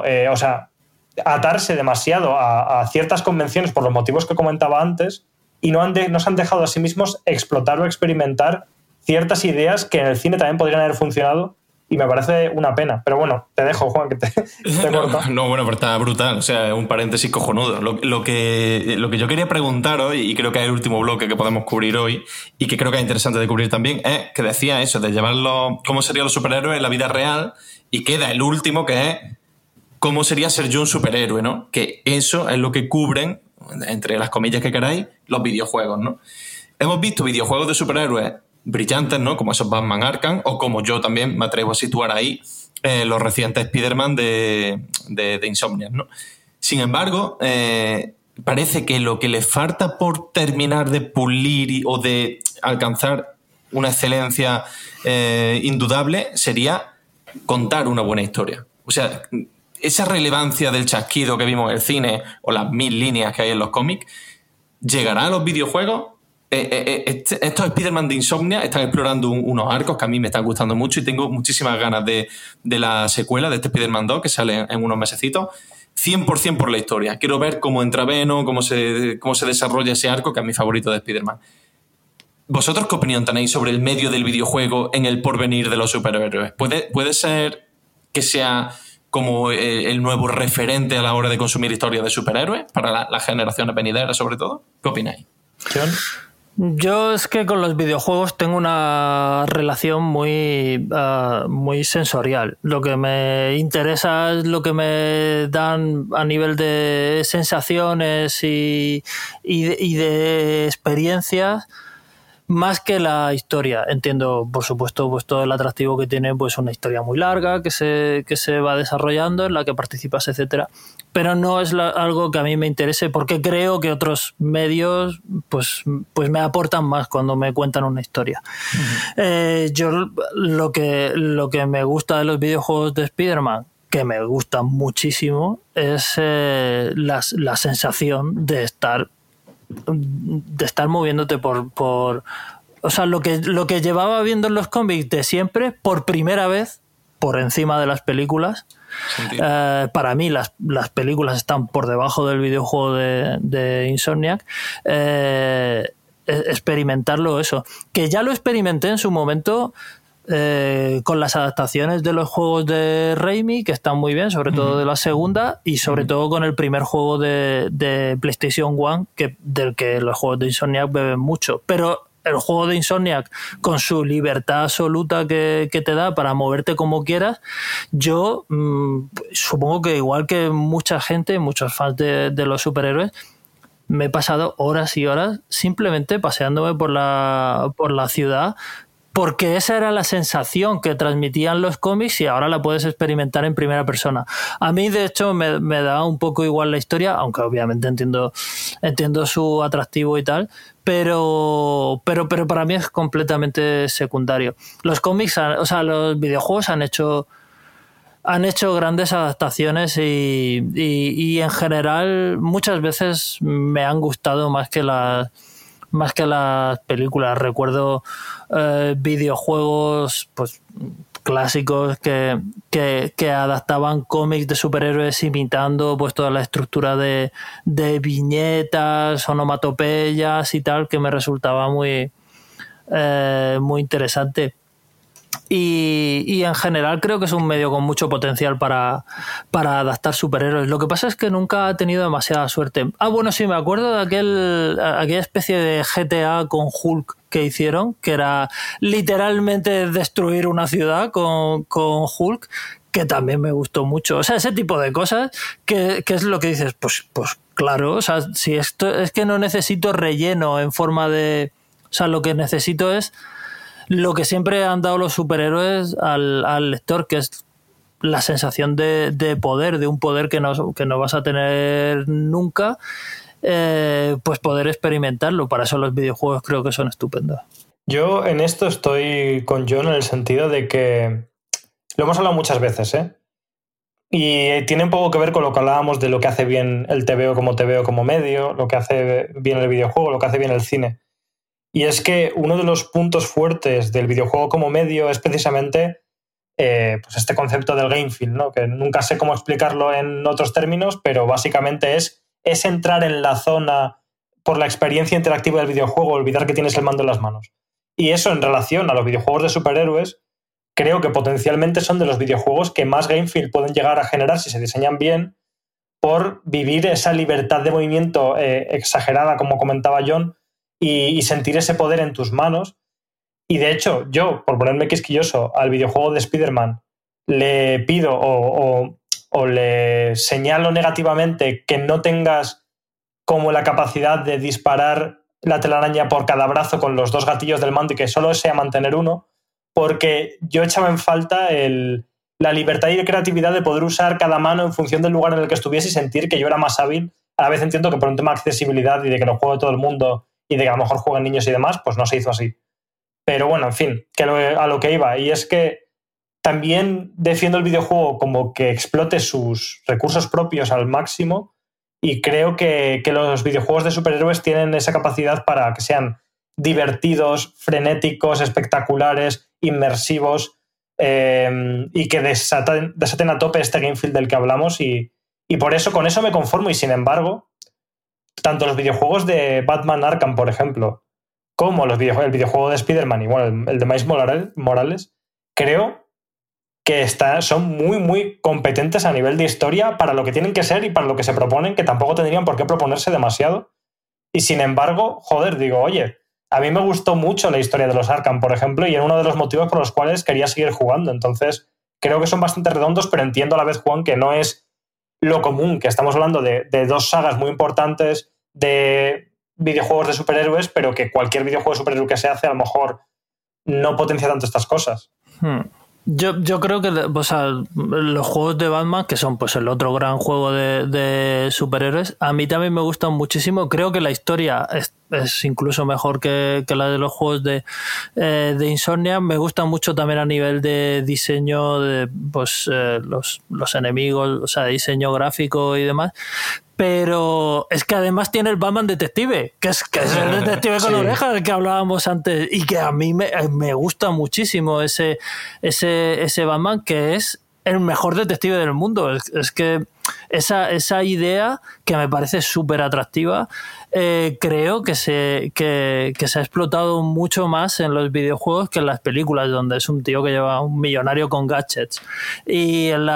atarse demasiado a ciertas convenciones por los motivos que comentaba antes, y no se han dejado a sí mismos explotar o experimentar ciertas ideas que en el cine también podrían haber funcionado, y me parece una pena. Pero bueno, te dejo, Juan, que te corto. No, bueno, pero está brutal. O sea, un paréntesis cojonudo. Lo que yo quería preguntar hoy, y creo que es el último bloque que podemos cubrir hoy, y que creo que es interesante de cubrir también, es que decía eso, de llevarlo, cómo serían los superhéroes en la vida real, y queda el último, que es cómo sería ser yo un superhéroe, ¿no? Que eso es lo que cubren, entre las comillas que queráis, los videojuegos, ¿no? Hemos visto videojuegos de superhéroes brillantes, ¿no? Como esos Batman Arkham, o como yo también me atrevo a situar ahí los recientes Spider-Man de Insomniac, ¿no? Sin embargo, parece que lo que le falta por terminar de pulir o de alcanzar una excelencia indudable sería contar una buena historia. O sea, esa relevancia del chasquido que vimos en el cine o las 1000 líneas que hay en los cómics ¿Llegará a los videojuegos? Estos Spider-Man de Insomnia están explorando unos arcos que a mí me están gustando mucho y tengo muchísimas ganas de la secuela de este Spider-Man 2 que sale en unos mesecitos. 100% por la historia. Quiero ver cómo entra Venom, cómo se desarrolla ese arco, que es mi favorito de Spider-Man. ¿Vosotros qué opinión tenéis sobre el medio del videojuego en el porvenir de los superhéroes? ¿Puede ser que sea como el nuevo referente a la hora de consumir historias de superhéroes para las generaciones venideras, sobre todo? ¿Qué opináis? John. Yo es que con los videojuegos tengo una relación muy sensorial. Lo que me interesa es lo que me dan a nivel de sensaciones y de experiencias, más que la historia. Entiendo, por supuesto, pues todo el atractivo que tiene pues una historia muy larga que se va desarrollando, en la que participas, etcétera. Pero no es algo que a mí me interese, porque creo que otros medios pues me aportan más cuando me cuentan una historia. Uh-huh. Yo lo que me gusta de los videojuegos de Spider-Man, que me gustan muchísimo, es la sensación de estar moviéndote por o sea, lo que llevaba viendo en los cómics de siempre, por primera vez por encima de las películas. Para mí las películas están por debajo del videojuego de Insomniac. Experimentarlo, eso, que ya lo experimenté en su momento con las adaptaciones de los juegos de Raimi, que están muy bien, sobre todo de la segunda, y sobre todo con el primer juego de PlayStation 1, del que los juegos de Insomniac beben mucho. Pero el juego de Insomniac, con su libertad absoluta que te da para moverte como quieras, yo supongo que igual que mucha gente, muchos fans de los superhéroes, me he pasado horas y horas simplemente paseándome por la ciudad, porque esa era la sensación que transmitían los cómics y ahora la puedes experimentar en primera persona. A mí, de hecho, me da un poco igual la historia, aunque obviamente entiendo su atractivo y tal, pero para mí es completamente secundario. Los cómics, o sea, los videojuegos han hecho grandes adaptaciones y en general muchas veces me han gustado más que las películas. Recuerdo videojuegos pues clásicos que adaptaban cómics de superhéroes imitando pues toda la estructura de viñetas, onomatopeyas y tal, que me resultaba muy interesante. Y en general creo que es un medio con mucho potencial para adaptar superhéroes. Lo que pasa es que nunca ha tenido demasiada suerte. Bueno, sí, me acuerdo de aquella especie de GTA con Hulk que hicieron, que era literalmente destruir una ciudad con Hulk, que también me gustó mucho. O sea, ese tipo de cosas que es lo que dices, pues claro, o sea, si esto es que no necesito relleno en forma de... O sea, lo que necesito es lo que siempre han dado los superhéroes al lector, que es la sensación de poder, de un poder que no vas a tener nunca, pues poder experimentarlo. Para eso los videojuegos creo que son estupendos. Yo en esto estoy con John en el sentido de que lo hemos hablado muchas veces, y tiene un poco que ver con lo que hablábamos de lo que hace bien el TVO como medio, lo que hace bien el videojuego, lo que hace bien el cine. Y es que uno de los puntos fuertes del videojuego como medio es precisamente pues este concepto del game feel, ¿no? Que nunca sé cómo explicarlo en otros términos, pero básicamente es entrar en la zona por la experiencia interactiva del videojuego, olvidar que tienes el mando en las manos. Y eso, en relación a los videojuegos de superhéroes, creo que potencialmente son de los videojuegos que más game feel pueden llegar a generar si se diseñan bien, por vivir esa libertad de movimiento exagerada, como comentaba John, y sentir ese poder en tus manos. Y de hecho, yo, por ponerme quisquilloso, al videojuego de Spider-Man le pido o le señalo negativamente que no tengas como la capacidad de disparar la telaraña por cada brazo con los dos gatillos del mando y que solo sea mantener uno, porque yo echaba en falta la libertad y la creatividad de poder usar cada mano en función del lugar en el que estuviese y sentir que yo era más hábil. A la vez entiendo que por un tema de accesibilidad y de que lo juegue todo el mundo y de que a lo mejor jueguen niños y demás, pues no se hizo así. Pero bueno, en fin, a lo que iba. Y es que también defiendo el videojuego como que explote sus recursos propios al máximo Y creo que los videojuegos de superhéroes tienen esa capacidad para que sean divertidos, frenéticos, espectaculares, inmersivos, y que desaten a tope este game feel del que hablamos. Y por eso, con eso me conformo. Y sin embargo, tanto los videojuegos de Batman Arkham, por ejemplo, como el videojuego de Spider-Man y bueno, el de Miles Morales, creo que son muy, muy competentes a nivel de historia para lo que tienen que ser y para lo que se proponen, que tampoco tendrían por qué proponerse demasiado. Y sin embargo, joder, digo, oye, a mí me gustó mucho la historia de los Arkham, por ejemplo, y era uno de los motivos por los cuales quería seguir jugando. Entonces, creo que son bastante redondos, pero entiendo a la vez, Juan, que no es lo común, que estamos hablando de dos sagas muy importantes de videojuegos de superhéroes, pero que cualquier videojuego de superhéroe que se hace a lo mejor no potencia tanto estas cosas. Yo creo que, o sea, los juegos de Batman, que son pues el otro gran juego de superhéroes, a mí también me gustan muchísimo. Creo que la historia es incluso mejor que la de los juegos de Insomniac. Me gusta mucho también a nivel de diseño de pues los enemigos, o sea, de diseño gráfico y demás. Pero es que además tiene el Batman detective, que es el detective con orejas del que hablábamos antes, y que a mí me gusta muchísimo ese Batman, que es el mejor detective del mundo. Es que esa idea, que me parece súper atractiva, creo que se ha explotado mucho más en los videojuegos que en las películas, donde es un tío que lleva un millonario con gadgets. Y en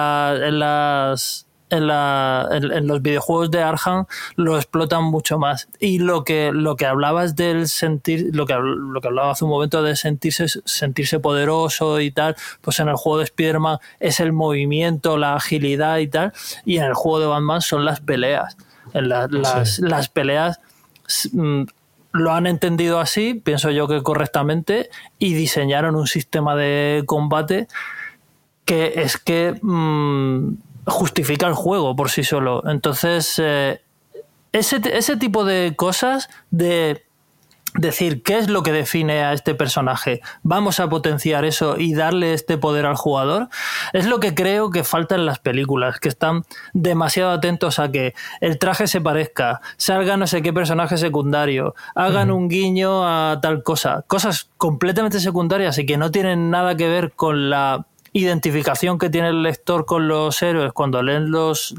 los videojuegos de Arkham lo explotan mucho más. Y lo que hablabas del sentir, lo que hablaba hace un momento de sentirse poderoso y tal, pues en el juego de Spider-Man es el movimiento, la agilidad y tal, y en el juego de Batman son las peleas. Las peleas lo han entendido así, pienso yo que correctamente, y diseñaron un sistema de combate que es que justifica el juego por sí solo. Entonces, ese tipo de cosas, de decir qué es lo que define a este personaje, vamos a potenciar eso y darle este poder al jugador, es lo que creo que falta en las películas, que están demasiado atentos a que el traje se parezca, salga no sé qué personaje secundario, hagan un guiño a tal cosa, cosas completamente secundarias y que no tienen nada que ver con la identificación que tiene el lector con los héroes cuando leen los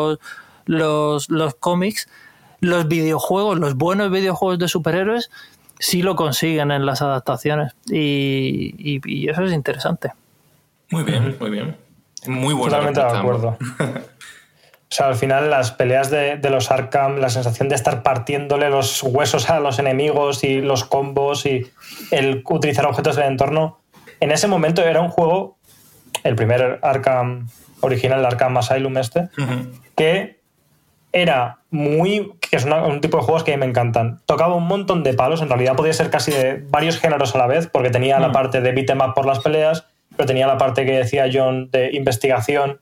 cómics. Los videojuegos, los buenos videojuegos de superhéroes, sí lo consiguen en las adaptaciones, y eso es interesante. Muy bien, muy bien. Muy bueno. Totalmente de acuerdo. O sea, al final las peleas de los Arkham, la sensación de estar partiéndole los huesos a los enemigos y los combos y el utilizar objetos del entorno, en ese momento era un juego, el primer Arkham original, el Arkham Asylum que era que es un tipo de juegos que a mí me encantan. Tocaba un montón de palos, en realidad podía ser casi de varios géneros a la vez, porque tenía la parte de beat 'em up por las peleas, pero tenía la parte que decía John de investigación,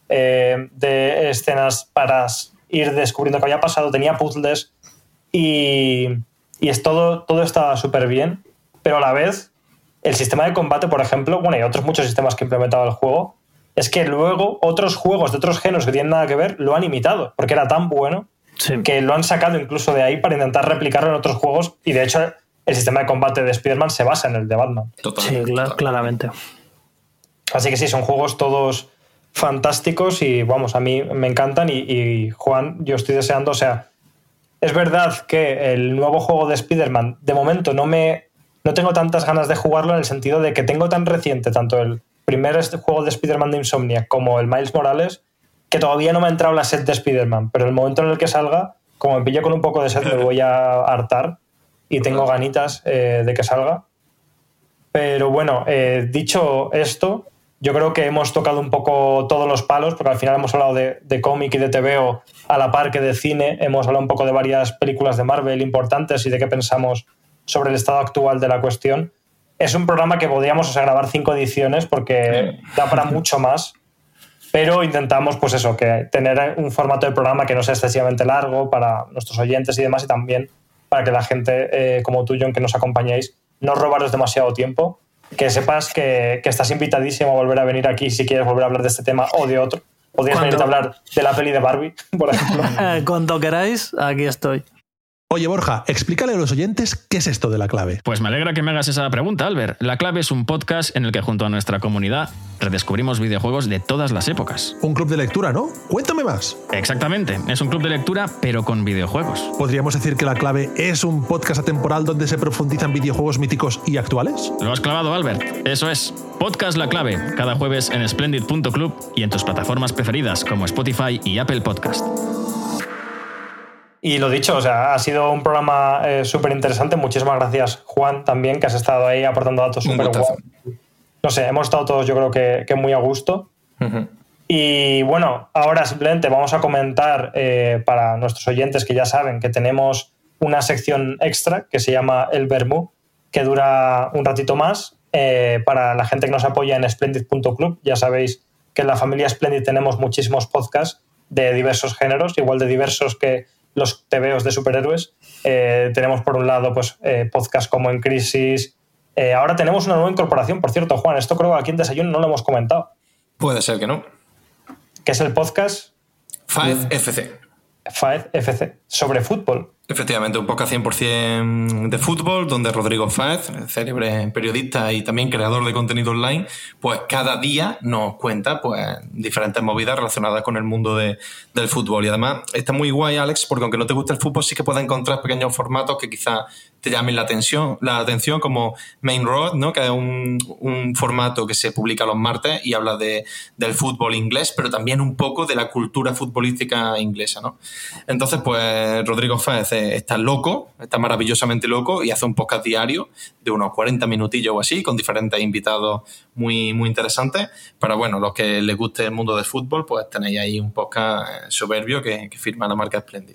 de escenas para ir descubriendo qué había pasado, tenía puzzles y todo estaba súper bien, pero a la vez el sistema de combate, por ejemplo, bueno, y otros muchos sistemas que implementaba el juego, es que luego otros juegos de otros géneros que tienen nada que ver lo han imitado, porque era tan bueno que lo han sacado incluso de ahí para intentar replicarlo en otros juegos, y de hecho el sistema de combate de Spider-Man se basa en el de Batman. Totalmente. Sí, claramente. Así que sí, son juegos todos fantásticos y vamos, a mí me encantan y Juan, yo estoy deseando, o sea, es verdad que el nuevo juego de Spider-Man de momento no tengo tantas ganas de jugarlo, en el sentido de que tengo tan reciente tanto el primer juego de Spider-Man de Insomniac como el Miles Morales, que todavía no me ha entrado la sed de Spider-Man, pero el momento en el que salga, como me pillo con un poco de sed, me voy a hartar y tengo ganitas de que salga. Pero bueno, dicho esto, yo creo que hemos tocado un poco todos los palos, porque al final hemos hablado de cómic y de TVO a la par que de cine, hemos hablado un poco de varias películas de Marvel importantes y de qué pensamos sobre el estado actual de la cuestión. Es un programa que podríamos grabar 5 ediciones porque da para mucho más, pero intentamos pues eso, que tener un formato de programa que no sea excesivamente largo para nuestros oyentes y demás, y también para que la gente como tú, John, que nos acompañáis, no robaros demasiado tiempo. Que sepas que estás invitadísimo a volver a venir aquí si quieres volver a hablar de este tema o de otro, Podrías venir a hablar de la peli de Barbie, por ejemplo. Cuando queráis, aquí estoy. Oye, Borja, explícale a los oyentes qué es esto de La Clave. Pues me alegra que me hagas esa pregunta, Albert. La Clave es un podcast en el que junto a nuestra comunidad redescubrimos videojuegos de todas las épocas. Un club de lectura, ¿no? Cuéntame más. Exactamente, es un club de lectura, pero con videojuegos. ¿Podríamos decir que La Clave es un podcast atemporal donde se profundizan videojuegos míticos y actuales? Lo has clavado, Albert. Eso es. Podcast La Clave, cada jueves en splendid.club y en tus plataformas preferidas como Spotify y Apple Podcast. Y lo dicho, o sea, ha sido un programa súper interesante. Muchísimas gracias, Juan, también, que has estado ahí aportando datos súper guapos. No sé, hemos estado todos, yo creo que muy a gusto. Uh-huh. Y bueno, ahora simplemente vamos a comentar para nuestros oyentes que ya saben que tenemos una sección extra que se llama El Vermú, que dura un ratito más. Para la gente que nos apoya en splendid.club, ya sabéis que en la familia Splendid tenemos muchísimos podcasts de diversos géneros, igual de diversos que los tebeos de superhéroes. Tenemos por un lado pues, podcasts como En Crisis. Ahora tenemos una nueva incorporación, por cierto, Juan, esto creo que aquí en Desayuno no lo hemos comentado. Puede ser que no. Que es el podcast Faez FC. Faez FC, sobre fútbol. Efectivamente, un podcast 100% de fútbol, donde Rodrigo Faez, célebre periodista y también creador de contenido online, pues cada día nos cuenta pues diferentes movidas relacionadas con el mundo del fútbol. Y además está muy guay, Alex, porque aunque no te guste el fútbol, sí que puedes encontrar pequeños formatos que quizás te llamen la atención, como Main Road, ¿no? Que es un formato que se publica los martes y habla del fútbol inglés, pero también un poco de la cultura futbolística inglesa, ¿no? Entonces, pues Rodrigo Faez está loco, está maravillosamente loco y hace un podcast diario de unos 40 minutillos o así, con diferentes invitados muy, muy interesantes. Pero bueno, los que les guste el mundo del fútbol, pues tenéis ahí un podcast soberbio que firma la marca Splendid.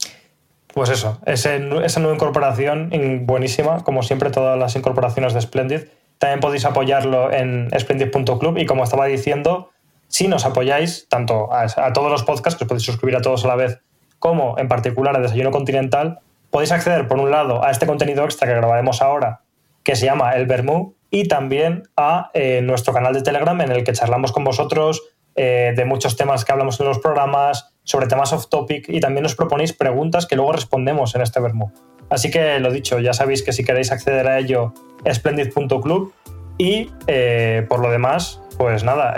Pues eso, esa nueva incorporación buenísima, como siempre todas las incorporaciones de Splendid. También podéis apoyarlo en splendid.club y como estaba diciendo, si nos apoyáis tanto a todos los podcasts, que os podéis suscribir a todos a la vez, como en particular a Desayuno Continental, podéis acceder por un lado a este contenido extra que grabaremos ahora, que se llama El Vermú, y también a nuestro canal de Telegram en el que charlamos con vosotros de muchos temas que hablamos en los programas, sobre temas off topic, y también nos proponéis preguntas que luego respondemos en este Vermú. Así que lo dicho, ya sabéis que si queréis acceder a ello, splendid.club, y por lo demás, pues nada,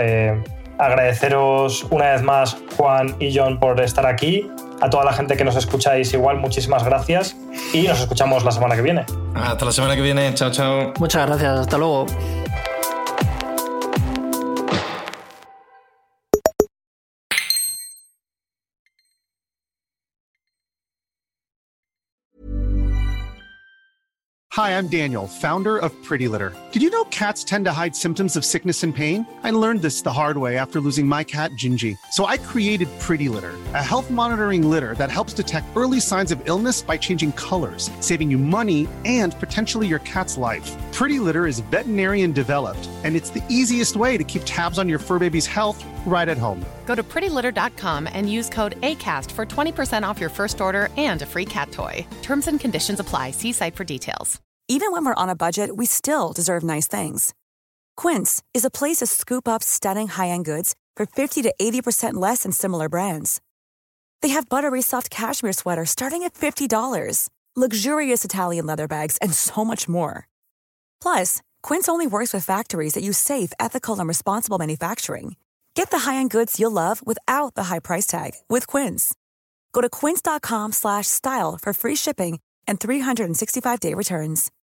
agradeceros una vez más, Juan y John, por estar aquí. A toda la gente que nos escucháis igual, muchísimas gracias y nos escuchamos la semana que viene. Hasta la semana que viene. Chao, chao. Muchas gracias. Hasta luego. Hi, I'm Daniel, founder of Pretty Litter. Did you know cats tend to hide symptoms of sickness and pain? I learned this the hard way after losing my cat, Gingy. So I created Pretty Litter, a health monitoring litter that helps detect early signs of illness by changing colors, saving you money and potentially your cat's life. Pretty Litter is veterinarian developed, and it's the easiest way to keep tabs on your fur baby's health right at home. Go to prettylitter.com and use code ACAST for 20% off your first order and a free cat toy. Terms and conditions apply. See site for details. Even when we're on a budget, we still deserve nice things. Quince is a place to scoop up stunning high-end goods for 50 to 80% less than similar brands. They have buttery soft cashmere sweaters starting at $50, luxurious Italian leather bags, and so much more. Plus, Quince only works with factories that use safe, ethical, and responsible manufacturing. Get the high-end goods you'll love without the high price tag with Quince. Go to quince.com/style for free shipping and 365-day returns.